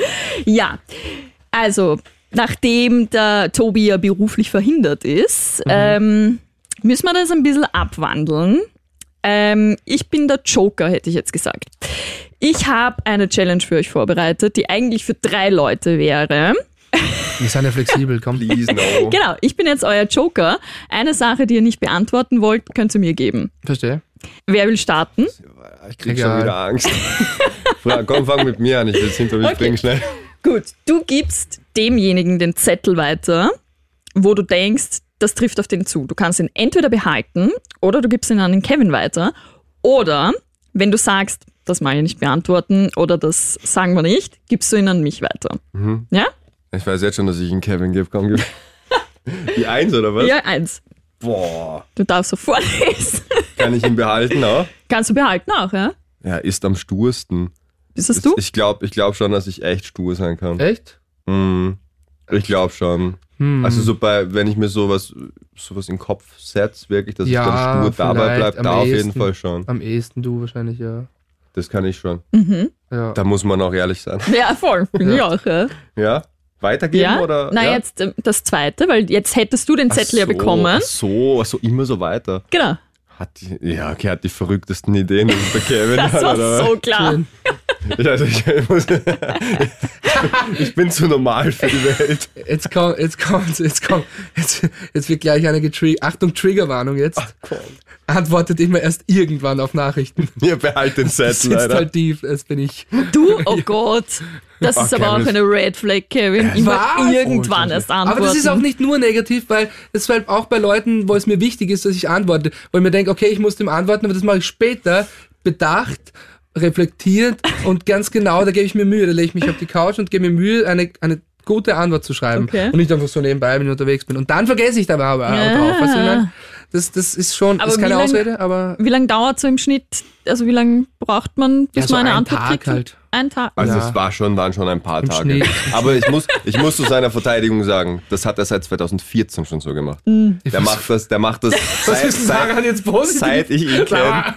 Speaker 1: Ja, also nachdem der Tobi ja beruflich verhindert ist, mhm. ähm, müssen wir das ein bisschen abwandeln. Ähm, ich bin der Joker, hätte ich jetzt gesagt. Ich habe eine Challenge für euch vorbereitet, die eigentlich für drei Leute wäre.
Speaker 2: Wir sind ja flexibel, komm.
Speaker 3: Please, no.
Speaker 1: Genau, ich bin jetzt euer Joker. Eine Sache, die ihr nicht beantworten wollt, könnt ihr mir geben.
Speaker 2: Verstehe.
Speaker 1: Wer will starten?
Speaker 3: Ich krieg
Speaker 2: Egal.
Speaker 3: schon wieder Angst. Komm, fang mit mir an, ich will es hinter mich
Speaker 1: Okay.
Speaker 3: bringen, schnell.
Speaker 1: Gut, du gibst demjenigen den Zettel weiter, wo du denkst, das trifft auf den zu. Du kannst ihn entweder behalten oder du gibst ihn an den Kevin weiter. Oder, wenn du sagst, das mag ich nicht beantworten oder das sagen wir nicht, gibst du ihn an mich weiter.
Speaker 3: Mhm.
Speaker 1: Ja?
Speaker 3: Ich weiß jetzt schon, dass ich ihn Kevin gebe. Komm, gib. Die Eins oder was?
Speaker 1: Ja, eins.
Speaker 3: Boah.
Speaker 1: Du darfst so vorlesen.
Speaker 3: Kann ich ihn behalten auch?
Speaker 1: Kannst du behalten auch, ja?
Speaker 3: Ja, ist am stursten.
Speaker 1: Bist das du?
Speaker 3: Ich glaube ich glaub schon, dass ich echt stur sein kann.
Speaker 2: Echt?
Speaker 3: Mhm. Ich glaube schon.
Speaker 2: Hm.
Speaker 3: Also so bei, wenn ich mir sowas, sowas in den Kopf setze, wirklich, dass
Speaker 2: Ja,
Speaker 3: ich dann stur dabei
Speaker 2: vielleicht
Speaker 3: bleibe,
Speaker 2: am
Speaker 3: da auf jeden
Speaker 2: ehesten.
Speaker 3: Fall schon.
Speaker 2: Am ehesten du wahrscheinlich, ja.
Speaker 3: Das kann ich schon.
Speaker 1: Mhm.
Speaker 2: ja.
Speaker 3: Da muss man auch ehrlich sein.
Speaker 1: Ja, voll. Bin ich auch, ja.
Speaker 3: Ja? Weitergeben
Speaker 1: Ja?
Speaker 3: oder?
Speaker 1: Na,
Speaker 3: ja?
Speaker 1: jetzt ähm, das zweite, weil jetzt hättest du den
Speaker 3: Ach
Speaker 1: Zettel ja
Speaker 3: so,
Speaker 1: bekommen.
Speaker 3: Ach so, ach so, immer so weiter.
Speaker 1: Genau.
Speaker 3: Hat die, ja, okay, hat die verrücktesten Ideen, das ist der Kevin.
Speaker 1: Das
Speaker 3: hat,
Speaker 1: war
Speaker 3: oder?
Speaker 1: so klar.
Speaker 2: Schön.
Speaker 3: Also ich, muss, ich bin zu normal für die Welt.
Speaker 2: Jetzt kommt, jetzt kommt, jetzt kommt, jetzt, jetzt wird gleich eine getriggert. Achtung, Triggerwarnung jetzt.
Speaker 3: Ach, komm.
Speaker 2: Antwortet immer erst irgendwann auf Nachrichten.
Speaker 3: Ihr behalt den Zettel,
Speaker 2: Sitzt
Speaker 3: Alter.
Speaker 2: halt tief, das bin ich.
Speaker 1: Du, oh Gott. Das
Speaker 3: Ach,
Speaker 1: ist aber auch
Speaker 3: Kevin.
Speaker 1: eine Red Flag, Kevin. Immer
Speaker 2: Was?
Speaker 1: irgendwann
Speaker 2: Oh,
Speaker 1: erst antworten.
Speaker 2: Aber das ist auch nicht nur negativ, weil das halt auch bei Leuten, wo es mir wichtig ist, dass ich antworte, wo ich mir denke, okay, ich muss dem antworten, aber das mache ich später, bedacht, reflektiert und ganz genau, da gebe ich mir Mühe, da lege ich mich auf die Couch und gebe mir Mühe, eine, eine gute Antwort zu schreiben
Speaker 1: Okay.
Speaker 2: und nicht einfach so nebenbei, wenn ich unterwegs bin. Und dann vergesse ich dabei aber
Speaker 1: Ja.
Speaker 2: auch drauf. Weißt du, ich meine? das, das ist schon,
Speaker 1: Aber
Speaker 2: das ist keine
Speaker 1: wie lang-
Speaker 2: Ausrede, aber
Speaker 1: Wie lange dauert so im Schnitt, also wie lange braucht man, bis
Speaker 2: Ja, so
Speaker 1: man eine
Speaker 2: ein
Speaker 1: Antwort
Speaker 2: Tag
Speaker 1: kriegt?
Speaker 2: halt.
Speaker 1: Ein Tag.
Speaker 3: Also
Speaker 2: Ja.
Speaker 3: es war schon, waren schon ein paar
Speaker 2: Im
Speaker 3: Tage.
Speaker 2: Schnitt.
Speaker 3: Aber ich muss, ich muss zu seiner Verteidigung sagen, das hat er seit zweitausendvierzehn schon so gemacht. Der macht das, der macht das
Speaker 2: was
Speaker 3: seit,
Speaker 2: ist daran
Speaker 3: seit,
Speaker 2: jetzt positiv?
Speaker 3: seit ich ihn kenne.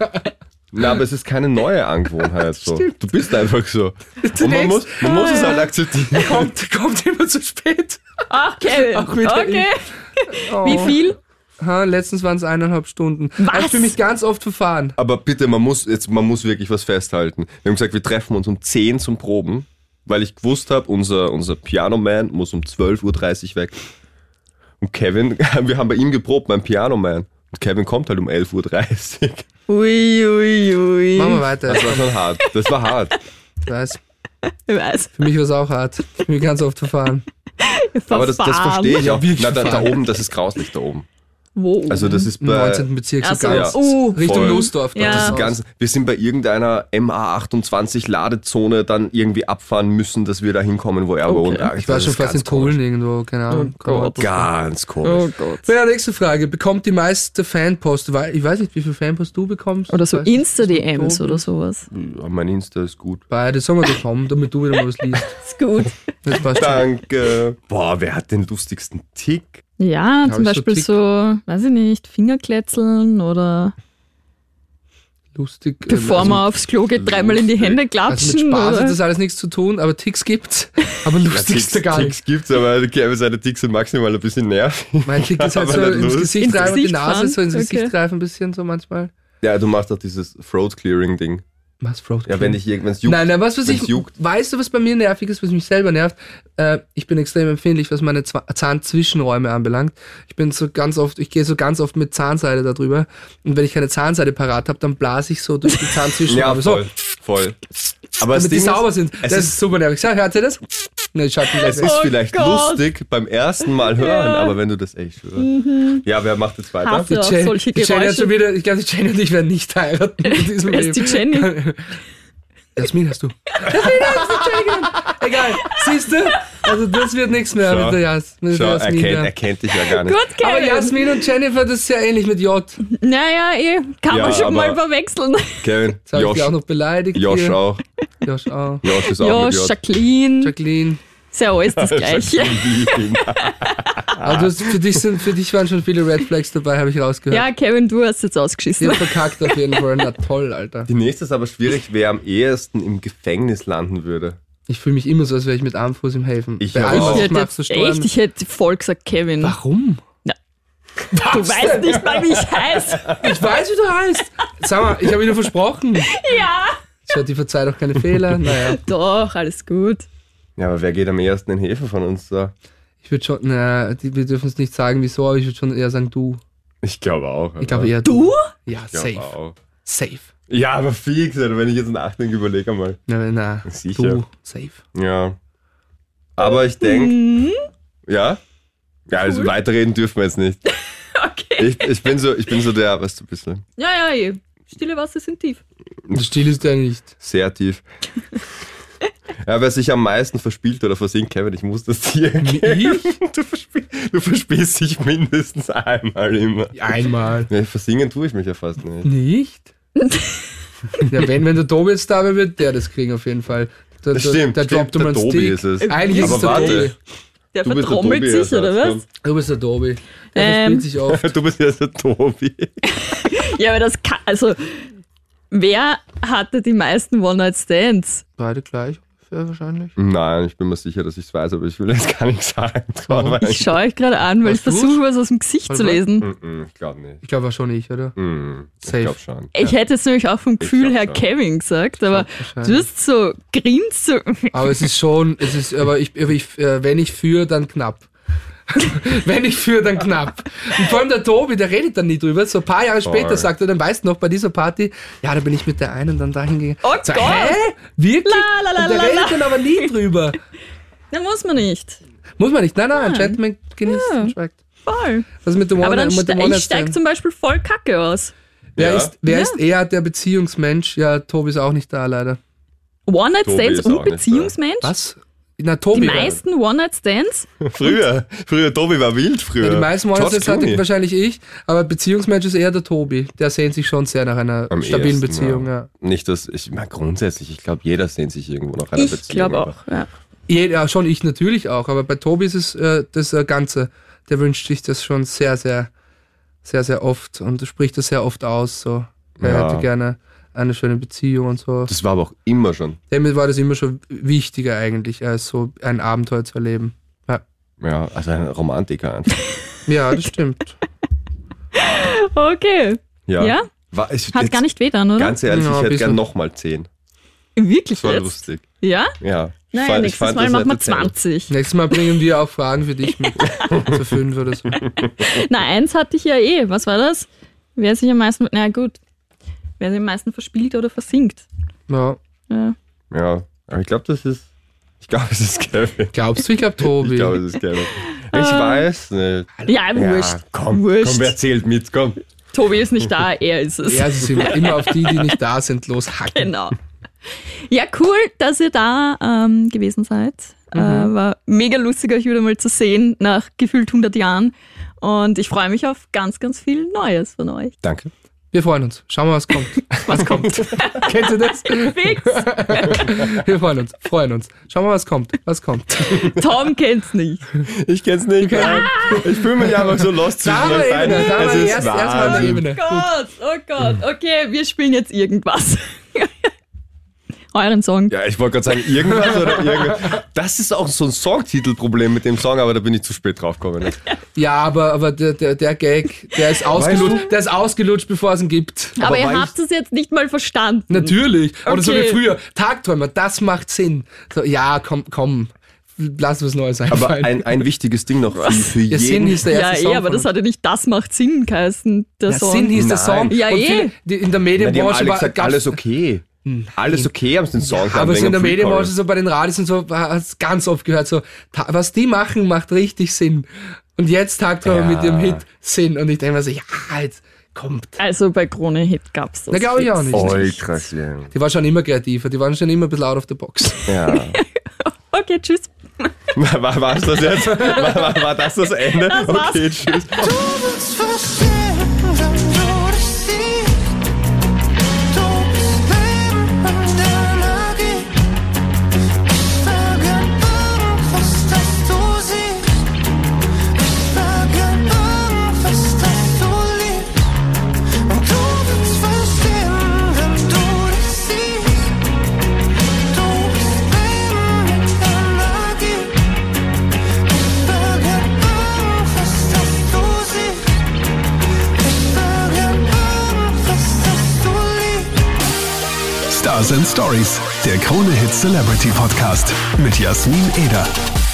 Speaker 3: Na, aber es ist keine neue Angewohnheit so. Du bist einfach so. Und man muss, man muss es halt akzeptieren.
Speaker 2: kommt, kommt immer zu spät.
Speaker 1: Ach, Kevin.
Speaker 2: Auch wieder
Speaker 1: Okay. Wie viel?
Speaker 2: Ha, letztens waren es eineinhalb Stunden.
Speaker 1: Was?
Speaker 2: Ich fühle mich ganz oft verfahren.
Speaker 3: Aber bitte, man muss jetzt, man muss wirklich was festhalten. Wir haben gesagt, wir treffen uns um zehn zum Proben, weil ich gewusst habe, unser, unser Piano-Man muss um zwölf Uhr dreißig weg. Und Kevin, wir haben bei ihm geprobt, beim Piano-Man. Und Kevin kommt halt um elf Uhr dreißig.
Speaker 1: Ui, ui, ui.
Speaker 2: Machen wir weiter.
Speaker 3: Das war schon hart. Das war hart.
Speaker 2: Ich weiß.
Speaker 1: Ich weiß.
Speaker 2: Für mich war es auch hart. Ich bin ganz oft verfahren.
Speaker 3: Aber das, das
Speaker 1: Verfahren.
Speaker 3: verstehe ich auch.
Speaker 2: Wirklich
Speaker 3: Na, da, da
Speaker 2: verfahren.
Speaker 3: oben, das ist grauslich da oben.
Speaker 1: Wo?
Speaker 3: Also das ist
Speaker 2: Im
Speaker 3: bei...
Speaker 2: neunzehnten Bezirk
Speaker 1: Ach
Speaker 2: so
Speaker 1: so,
Speaker 2: ganz
Speaker 1: uh,
Speaker 2: Richtung
Speaker 3: voll.
Speaker 2: Losdorf.
Speaker 1: Ja.
Speaker 3: Das
Speaker 2: Das
Speaker 3: ist ganz, wir sind bei irgendeiner M A achtundzwanzig Ladezone dann irgendwie abfahren müssen, dass wir da hinkommen, wo er
Speaker 1: Okay.
Speaker 3: wohnt. Ah,
Speaker 2: Ich war
Speaker 3: das
Speaker 2: schon
Speaker 3: ist
Speaker 2: fast in
Speaker 3: ganz komisch.
Speaker 2: Polen irgendwo, keine Ahnung.
Speaker 1: Oh Gott.
Speaker 3: Ganz
Speaker 1: Oh
Speaker 3: komisch.
Speaker 1: Gott.
Speaker 2: Ja, nächste Frage. Bekommt die meiste Fanpost? Weil ich weiß nicht, wie viel Fanpost du bekommst.
Speaker 1: Oder so
Speaker 2: Ich weiß nicht.
Speaker 1: Insta-D Ms oder sowas.
Speaker 3: Ja, mein Insta ist gut.
Speaker 2: Beide sollen wir bekommen, damit du wieder mal was liest.
Speaker 1: Ist gut.
Speaker 2: Das passt schon.
Speaker 3: Danke. Boah, wer hat den lustigsten Tick?
Speaker 1: Ja,
Speaker 2: Hab
Speaker 1: zum
Speaker 2: ich so
Speaker 1: Beispiel
Speaker 2: Tick?
Speaker 1: so, weiß ich nicht, Fingerkletzeln oder
Speaker 2: lustig.
Speaker 1: Bevor
Speaker 2: also,
Speaker 1: man aufs Klo geht, dreimal in die Hände
Speaker 2: also
Speaker 1: klatschen.
Speaker 2: mit Spaß
Speaker 1: oder?
Speaker 2: hat das alles nichts zu tun, aber Ticks gibt's. Aber lustig ist da gar
Speaker 3: Ticks
Speaker 2: nicht.
Speaker 3: gibt's, aber seine Ticks sind maximal ein bisschen nervig.
Speaker 2: Mein Tick ist halt
Speaker 3: Aber
Speaker 2: so
Speaker 3: nicht
Speaker 2: ins
Speaker 3: los.
Speaker 2: Gesicht
Speaker 1: Ins
Speaker 2: reiben und die
Speaker 1: Gesicht
Speaker 2: Nase
Speaker 1: fahren?
Speaker 2: so ins
Speaker 1: Okay.
Speaker 2: Gesicht reifen ein bisschen so manchmal.
Speaker 3: Ja, du machst auch dieses Throat-Clearing-Ding.
Speaker 2: Was, Throat
Speaker 3: Ja, wenn dich irgendwas juckt.
Speaker 2: Nein, nein, was, was
Speaker 3: wenn's
Speaker 2: ich,
Speaker 3: juckt.
Speaker 2: weißt du, was bei mir nervig ist, was mich selber nervt? Äh, ich bin extrem empfindlich, was meine Zwa- Zahnzwischenräume anbelangt. Ich bin so ganz oft, ich gehe so ganz oft mit Zahnseide da drüber. Und wenn ich keine Zahnseide parat habe, dann blase ich so durch die
Speaker 3: Ja,
Speaker 2: Zahnzwischenräume.
Speaker 3: voll,
Speaker 2: so,
Speaker 3: voll. Aber das
Speaker 2: damit die
Speaker 3: Ding
Speaker 2: sauber
Speaker 3: ist,
Speaker 2: sind.
Speaker 3: es
Speaker 2: Das
Speaker 3: ist,
Speaker 2: ist super nervig. Schau, hört ihr das? Ne, ich schalte
Speaker 3: es
Speaker 2: gleich
Speaker 3: ist
Speaker 1: Oh
Speaker 3: vielleicht
Speaker 1: Gott.
Speaker 3: lustig beim ersten Mal hören, aber wenn du das echt hörst. Ja, wer macht jetzt weiter?
Speaker 1: Hasse.
Speaker 2: Die
Speaker 1: auch
Speaker 2: Jenny,
Speaker 1: solche
Speaker 2: die Jenny hat
Speaker 1: Geräusche.
Speaker 2: schon wieder, ich glaube, die Jenny und ich werden nicht heiraten. in diesem
Speaker 1: Wer ist die
Speaker 2: Leben.
Speaker 1: Jenny?
Speaker 2: Jasmin hast du. Jasmin hast du, Jenny genommen. Egal, siehst du? Also das wird nichts mehr
Speaker 3: Schau.
Speaker 2: mit der, Jas mit
Speaker 3: Schau,
Speaker 2: der
Speaker 3: er
Speaker 2: Jasmin.
Speaker 3: kennt,
Speaker 2: ja.
Speaker 3: er kennt dich ja gar nicht.
Speaker 1: Gut,
Speaker 2: Aber
Speaker 1: Kevin.
Speaker 2: Jasmin und Jennifer, das ist sehr ähnlich mit J.
Speaker 1: Naja, eh, kann
Speaker 3: Ja,
Speaker 1: man schon
Speaker 3: aber-
Speaker 1: mal verwechseln.
Speaker 3: Kevin,
Speaker 2: Jetzt habe ich dich
Speaker 3: Josh,
Speaker 2: auch noch beleidigt.
Speaker 3: Josh
Speaker 2: hier.
Speaker 3: auch.
Speaker 2: Josh auch.
Speaker 3: Josh ist auch
Speaker 1: Ja,
Speaker 3: mit J.
Speaker 1: Jacqueline,
Speaker 2: Jacqueline.
Speaker 1: ist ja alles das Gleiche.
Speaker 2: Aber du hast, für, dich sind, für dich waren schon viele Red Flags dabei, habe ich rausgehört.
Speaker 1: Ja, Kevin, du hast jetzt
Speaker 2: Die
Speaker 1: ausgeschissen.
Speaker 2: hat verkackt auf jeden Fall. Na toll, Alter.
Speaker 3: Die nächste ist aber schwierig, wer am ehesten im Gefängnis landen würde.
Speaker 2: Ich fühle mich immer so, als wäre ich mit einem Fuß im Häfen.
Speaker 3: Ich
Speaker 2: Bei
Speaker 3: aber
Speaker 2: allem,
Speaker 3: auch.
Speaker 2: was
Speaker 1: Ich
Speaker 2: ich
Speaker 1: hätte
Speaker 2: mache,
Speaker 1: jetzt
Speaker 2: zu steuern.
Speaker 1: echt, ich hätte voll gesagt Kevin.
Speaker 2: Warum?
Speaker 1: Du weißt nicht mal, wie ich heiße.
Speaker 2: Ich weiß, wie du heißt. Sag mal, ich habe dir versprochen.
Speaker 1: Ja.
Speaker 2: Schau, die verzeiht auch keine Fehler. Naja,
Speaker 1: Doch, alles gut.
Speaker 3: Ja, aber wer geht am ehesten in Hefe von uns da?
Speaker 2: ich würde schon, naja, die, wir dürfen es nicht sagen, wieso, aber ich würde schon eher sagen du.
Speaker 3: Ich glaube auch.
Speaker 2: Ich glaube eher
Speaker 1: Du?
Speaker 2: Ja,
Speaker 3: Ich glaube
Speaker 2: safe.
Speaker 3: auch.
Speaker 2: Safe.
Speaker 3: Ja, aber fix, Alter, wenn ich jetzt nachdenke, überlege einmal.
Speaker 2: Na, na,
Speaker 3: Sicher.
Speaker 2: du, safe.
Speaker 3: Ja. Aber ich denke,
Speaker 1: Mhm.
Speaker 3: ja? Ja, also weiterreden dürfen wir jetzt nicht.
Speaker 1: Okay.
Speaker 3: Ich, ich, bin so, ich bin so der, weißt du, ein bisschen
Speaker 1: Ja, ja, eh. Stille Wasser sind tief.
Speaker 2: Das Stil ist der nicht.
Speaker 3: sehr tief. Ja, wer sich am meisten verspielt oder versinkt, Kevin, ich muss das dir erklären. Du, verspiel, du verspielst dich mindestens einmal immer.
Speaker 2: Einmal.
Speaker 3: Ja, versingen tue ich mich ja fast nicht.
Speaker 2: Nicht? Ja, wenn, wenn der Tobi jetzt da wäre, wird der das kriegen auf jeden Fall. Der,
Speaker 3: Das
Speaker 2: der,
Speaker 3: stimmt,
Speaker 2: der
Speaker 3: stimmt,
Speaker 2: droppt um
Speaker 3: der
Speaker 2: einen
Speaker 3: Tobi
Speaker 2: Stick.
Speaker 3: ist es.
Speaker 2: Eigentlich ist
Speaker 3: Aber
Speaker 2: es der
Speaker 3: warte.
Speaker 2: Tobi.
Speaker 1: Der
Speaker 3: Du bist der
Speaker 1: vertrommelt
Speaker 3: Tobi,
Speaker 1: sich, oder
Speaker 3: Ersatz,
Speaker 1: was?
Speaker 2: Du bist der Tobi. Der
Speaker 1: Ähm.
Speaker 2: verspielt sich oft.
Speaker 3: Du bist ja der Tobi.
Speaker 1: Ja, aber das kann, also, wer hatte die meisten One-Night-Stands?
Speaker 2: Beide gleich ungefähr wahrscheinlich.
Speaker 3: Nein, ich bin mir sicher, dass ich es weiß, aber ich will jetzt gar nicht sagen.
Speaker 2: Warum?
Speaker 1: Ich schaue euch gerade an, weil ich
Speaker 2: Hast du's?
Speaker 1: versuche, was aus dem Gesicht
Speaker 2: Voll
Speaker 1: zu
Speaker 2: was?
Speaker 1: lesen.
Speaker 3: Mm-mm, ich glaube nicht.
Speaker 2: Ich glaube war schon ich, oder?
Speaker 3: Mm, ich
Speaker 2: Safe.
Speaker 3: glaube schon.
Speaker 1: Ich
Speaker 3: Ja.
Speaker 1: hätte jetzt nämlich auch vom
Speaker 3: Ich
Speaker 1: Gefühl
Speaker 3: glaub
Speaker 1: her
Speaker 3: schon.
Speaker 1: Kevin gesagt, aber
Speaker 2: Wahrscheinlich.
Speaker 1: du hast so grinst so.
Speaker 2: Aber es ist schon, es ist, aber ich, aber ich äh, wenn ich führe, dann knapp. Wenn ich führe, dann knapp. Und vor allem der Tobi, der redet dann nie drüber. So ein paar Jahre später
Speaker 3: Voll.
Speaker 2: sagt er, dann weißt du noch, bei dieser Party, ja, da bin ich mit der einen dann dahin gegangen.
Speaker 1: Oh
Speaker 2: so,
Speaker 1: Gott!
Speaker 2: hä? Wirklich?
Speaker 1: La, la, la,
Speaker 2: Und der
Speaker 1: la,
Speaker 2: redet
Speaker 1: la.
Speaker 2: dann aber nie drüber.
Speaker 1: Da muss man nicht.
Speaker 2: Muss man nicht. Nein, nein, ein Gentleman genießt
Speaker 1: Ja.
Speaker 2: und schweigt.
Speaker 1: Voll.
Speaker 2: Was mit dem
Speaker 1: Aber dann
Speaker 2: mit dem
Speaker 1: ste ich
Speaker 2: One-Night-Stand?
Speaker 1: steig zum Beispiel voll Kacke aus.
Speaker 2: Wer,
Speaker 3: Ja.
Speaker 2: ist, wer
Speaker 1: Ja.
Speaker 2: ist eher der Beziehungsmensch? Ja, Tobi ist auch nicht da, leider.
Speaker 1: One-Night-Stands
Speaker 3: ist auch
Speaker 1: und
Speaker 3: nicht da.
Speaker 1: Beziehungsmensch?
Speaker 2: Was? Na,
Speaker 1: Die
Speaker 2: Tobi.
Speaker 1: meisten One-Night-Stands?
Speaker 3: Früher, früher, Tobi war wild früher.
Speaker 2: Ja, die meisten
Speaker 3: George
Speaker 2: One-Night-Stands hatte
Speaker 3: Clooney.
Speaker 2: wahrscheinlich ich, aber Beziehungsmensch ist eher der Tobi. Der sehnt sich schon sehr nach einer
Speaker 3: Am
Speaker 2: stabilen
Speaker 3: ehesten,
Speaker 2: Beziehung. Ja.
Speaker 3: Nicht, dass ich meine, grundsätzlich, ich glaube, jeder sehnt sich irgendwo nach einer
Speaker 1: Ich
Speaker 3: Beziehung.
Speaker 1: glaube
Speaker 3: einfach.
Speaker 1: auch. Ja.
Speaker 2: Ja. Ja, schon ich natürlich auch, aber bei Tobi ist es äh, das äh, Ganze. Der wünscht sich das schon sehr, sehr, sehr, sehr oft und spricht das sehr oft aus. So. Er
Speaker 3: Ja.
Speaker 2: hätte gerne eine schöne Beziehung und so.
Speaker 3: Das war aber auch immer schon.
Speaker 2: Damit war das immer schon wichtiger eigentlich, als so ein Abenteuer zu erleben. Ja,
Speaker 3: Ja, also ein Romantiker einfach.
Speaker 2: ja das stimmt.
Speaker 1: Okay.
Speaker 3: Ja.
Speaker 1: Ja?
Speaker 3: War, ich,
Speaker 1: Hat
Speaker 3: jetzt,
Speaker 1: gar nicht weh dann, oder?
Speaker 3: Ganz ehrlich,
Speaker 2: Ja,
Speaker 3: ich
Speaker 2: ein
Speaker 3: hätte
Speaker 2: bisschen.
Speaker 3: gern nochmal zehn.
Speaker 1: Wirklich
Speaker 3: Das war
Speaker 1: jetzt?
Speaker 3: lustig.
Speaker 1: Ja?
Speaker 3: Ja. Ich
Speaker 1: Naja,
Speaker 3: fand- ich
Speaker 1: nächstes
Speaker 3: fand
Speaker 1: Mal
Speaker 3: das
Speaker 1: machen wir
Speaker 3: nette Zehn.
Speaker 1: zwanzig.
Speaker 2: Nächstes Mal bringen wir auch Fragen für dich mit. Für fünf oder so.
Speaker 1: Na, eins hatte ich ja eh. Was war das? Wer sich am meisten, na gut, wer sich am meisten verspielt oder versinkt.
Speaker 2: Ja.
Speaker 1: Ja.
Speaker 3: Ja, aber ich glaube, das ist. Ich glaube, es ist Kevin.
Speaker 2: Glaubst du, ich glaube Tobi?
Speaker 3: Ich glaube, es ist Kevin. Ich weiß nicht.
Speaker 1: Ja, wurscht.
Speaker 3: Ja, komm,
Speaker 1: Wurscht.
Speaker 3: komm, wer zählt mit? Komm.
Speaker 1: Tobi ist nicht da, er ist es.
Speaker 2: Ja, sie sind immer auf die, die nicht da sind, loshacken.
Speaker 1: Genau. Ja, cool, dass ihr da ähm, gewesen seid. Äh, war mega lustig, euch wieder mal zu sehen nach gefühlt hundert Jahren. Und ich freue mich auf ganz, ganz viel Neues von euch.
Speaker 3: Danke.
Speaker 2: Wir freuen uns. Schauen wir, was kommt.
Speaker 1: Was kommt?
Speaker 2: Kennt ihr das?
Speaker 1: Fix.
Speaker 2: Wir freuen uns, freuen uns. Schauen wir, was kommt. Was kommt.
Speaker 1: Tom kennt's nicht.
Speaker 3: Ich kenn's nicht.
Speaker 2: Ja.
Speaker 3: Ich fühle mich einfach so lost zwischen
Speaker 2: Da haben wir
Speaker 3: euch
Speaker 2: Ebene,
Speaker 3: beiden.
Speaker 2: da haben
Speaker 3: Es
Speaker 2: wir
Speaker 3: ist
Speaker 2: erst, erst mal eine
Speaker 3: Wahnsinn.
Speaker 2: Ebene.
Speaker 1: Oh Gott, oh Gott. Okay, wir spielen jetzt irgendwas. Euren Song.
Speaker 3: Ja, ich wollte gerade sagen, irgendwas oder irgendwas. Das ist auch so ein Songtitelproblem mit dem Song, aber da bin ich zu spät drauf gekommen.
Speaker 2: Ja, aber, aber der, der, der Gag, der ist ausgelutscht, der ist ausgelutscht, bevor es ihn gibt.
Speaker 1: Aber,
Speaker 3: aber
Speaker 1: ihr
Speaker 3: weil
Speaker 1: habt es jetzt nicht mal verstanden.
Speaker 2: Natürlich. Oder so wie
Speaker 1: Okay.
Speaker 2: früher. Tagträumer, das macht Sinn. So, ja, komm, komm. Lass was Neues
Speaker 3: Aber
Speaker 2: einfallen.
Speaker 3: ein, ein wichtiges Ding noch für, für
Speaker 2: ja, Sinn
Speaker 3: jeden.
Speaker 2: hieß der
Speaker 1: Ja,
Speaker 2: erste
Speaker 1: eh,
Speaker 2: Song.
Speaker 1: aber
Speaker 2: von
Speaker 1: das
Speaker 2: uns.
Speaker 1: hat ja nicht Das macht Sinn geheißen, der
Speaker 2: ja,
Speaker 1: Song.
Speaker 2: Sinn hieß der
Speaker 3: Nein.
Speaker 2: Song.
Speaker 1: Ja,
Speaker 2: Und
Speaker 1: eh.
Speaker 2: viele, die in der
Speaker 3: Na, die haben
Speaker 2: Medienbranche
Speaker 3: alle
Speaker 2: war,
Speaker 3: gesagt,
Speaker 2: gab's-
Speaker 3: alles okay. Alles okay, haben sie den Song
Speaker 2: aber so in der
Speaker 3: Medienbranche
Speaker 2: Medienbranche, so bei den Radios und so, hast ganz oft gehört, so, ta- was die machen, macht richtig Sinn. Und jetzt Tagträumer
Speaker 3: Ja.
Speaker 2: mit dem Hit Sinn. Und ich denke mir so, ja, jetzt kommt.
Speaker 1: Also bei Krone Hit gab's das.
Speaker 2: Na, glaube ich auch nicht.
Speaker 3: Ultra schön.
Speaker 2: Die waren schon immer kreativer, die waren schon immer ein bisschen out of the box.
Speaker 3: Ja.
Speaker 1: Okay, tschüss.
Speaker 3: War, war's das jetzt? War, war, war das das Ende?
Speaker 1: Das war's.
Speaker 3: Okay, tschüss.
Speaker 5: Du willst verstehen, wenn du dich siehst. Du bist Leben und Energie. Ich vergönn irgendwas, das du siehst. Ich vergönn irgendwas, das du liebst. Und du willst verstehen, wenn du dich siehst. Du bist Leben und Energie. Ich vergönn irgendwas, das du siehst. Ich vergönn irgendwas, das du liebst.
Speaker 4: Stars and Stories, der Krone Hit Celebrity Podcast mit Jasmin Eder.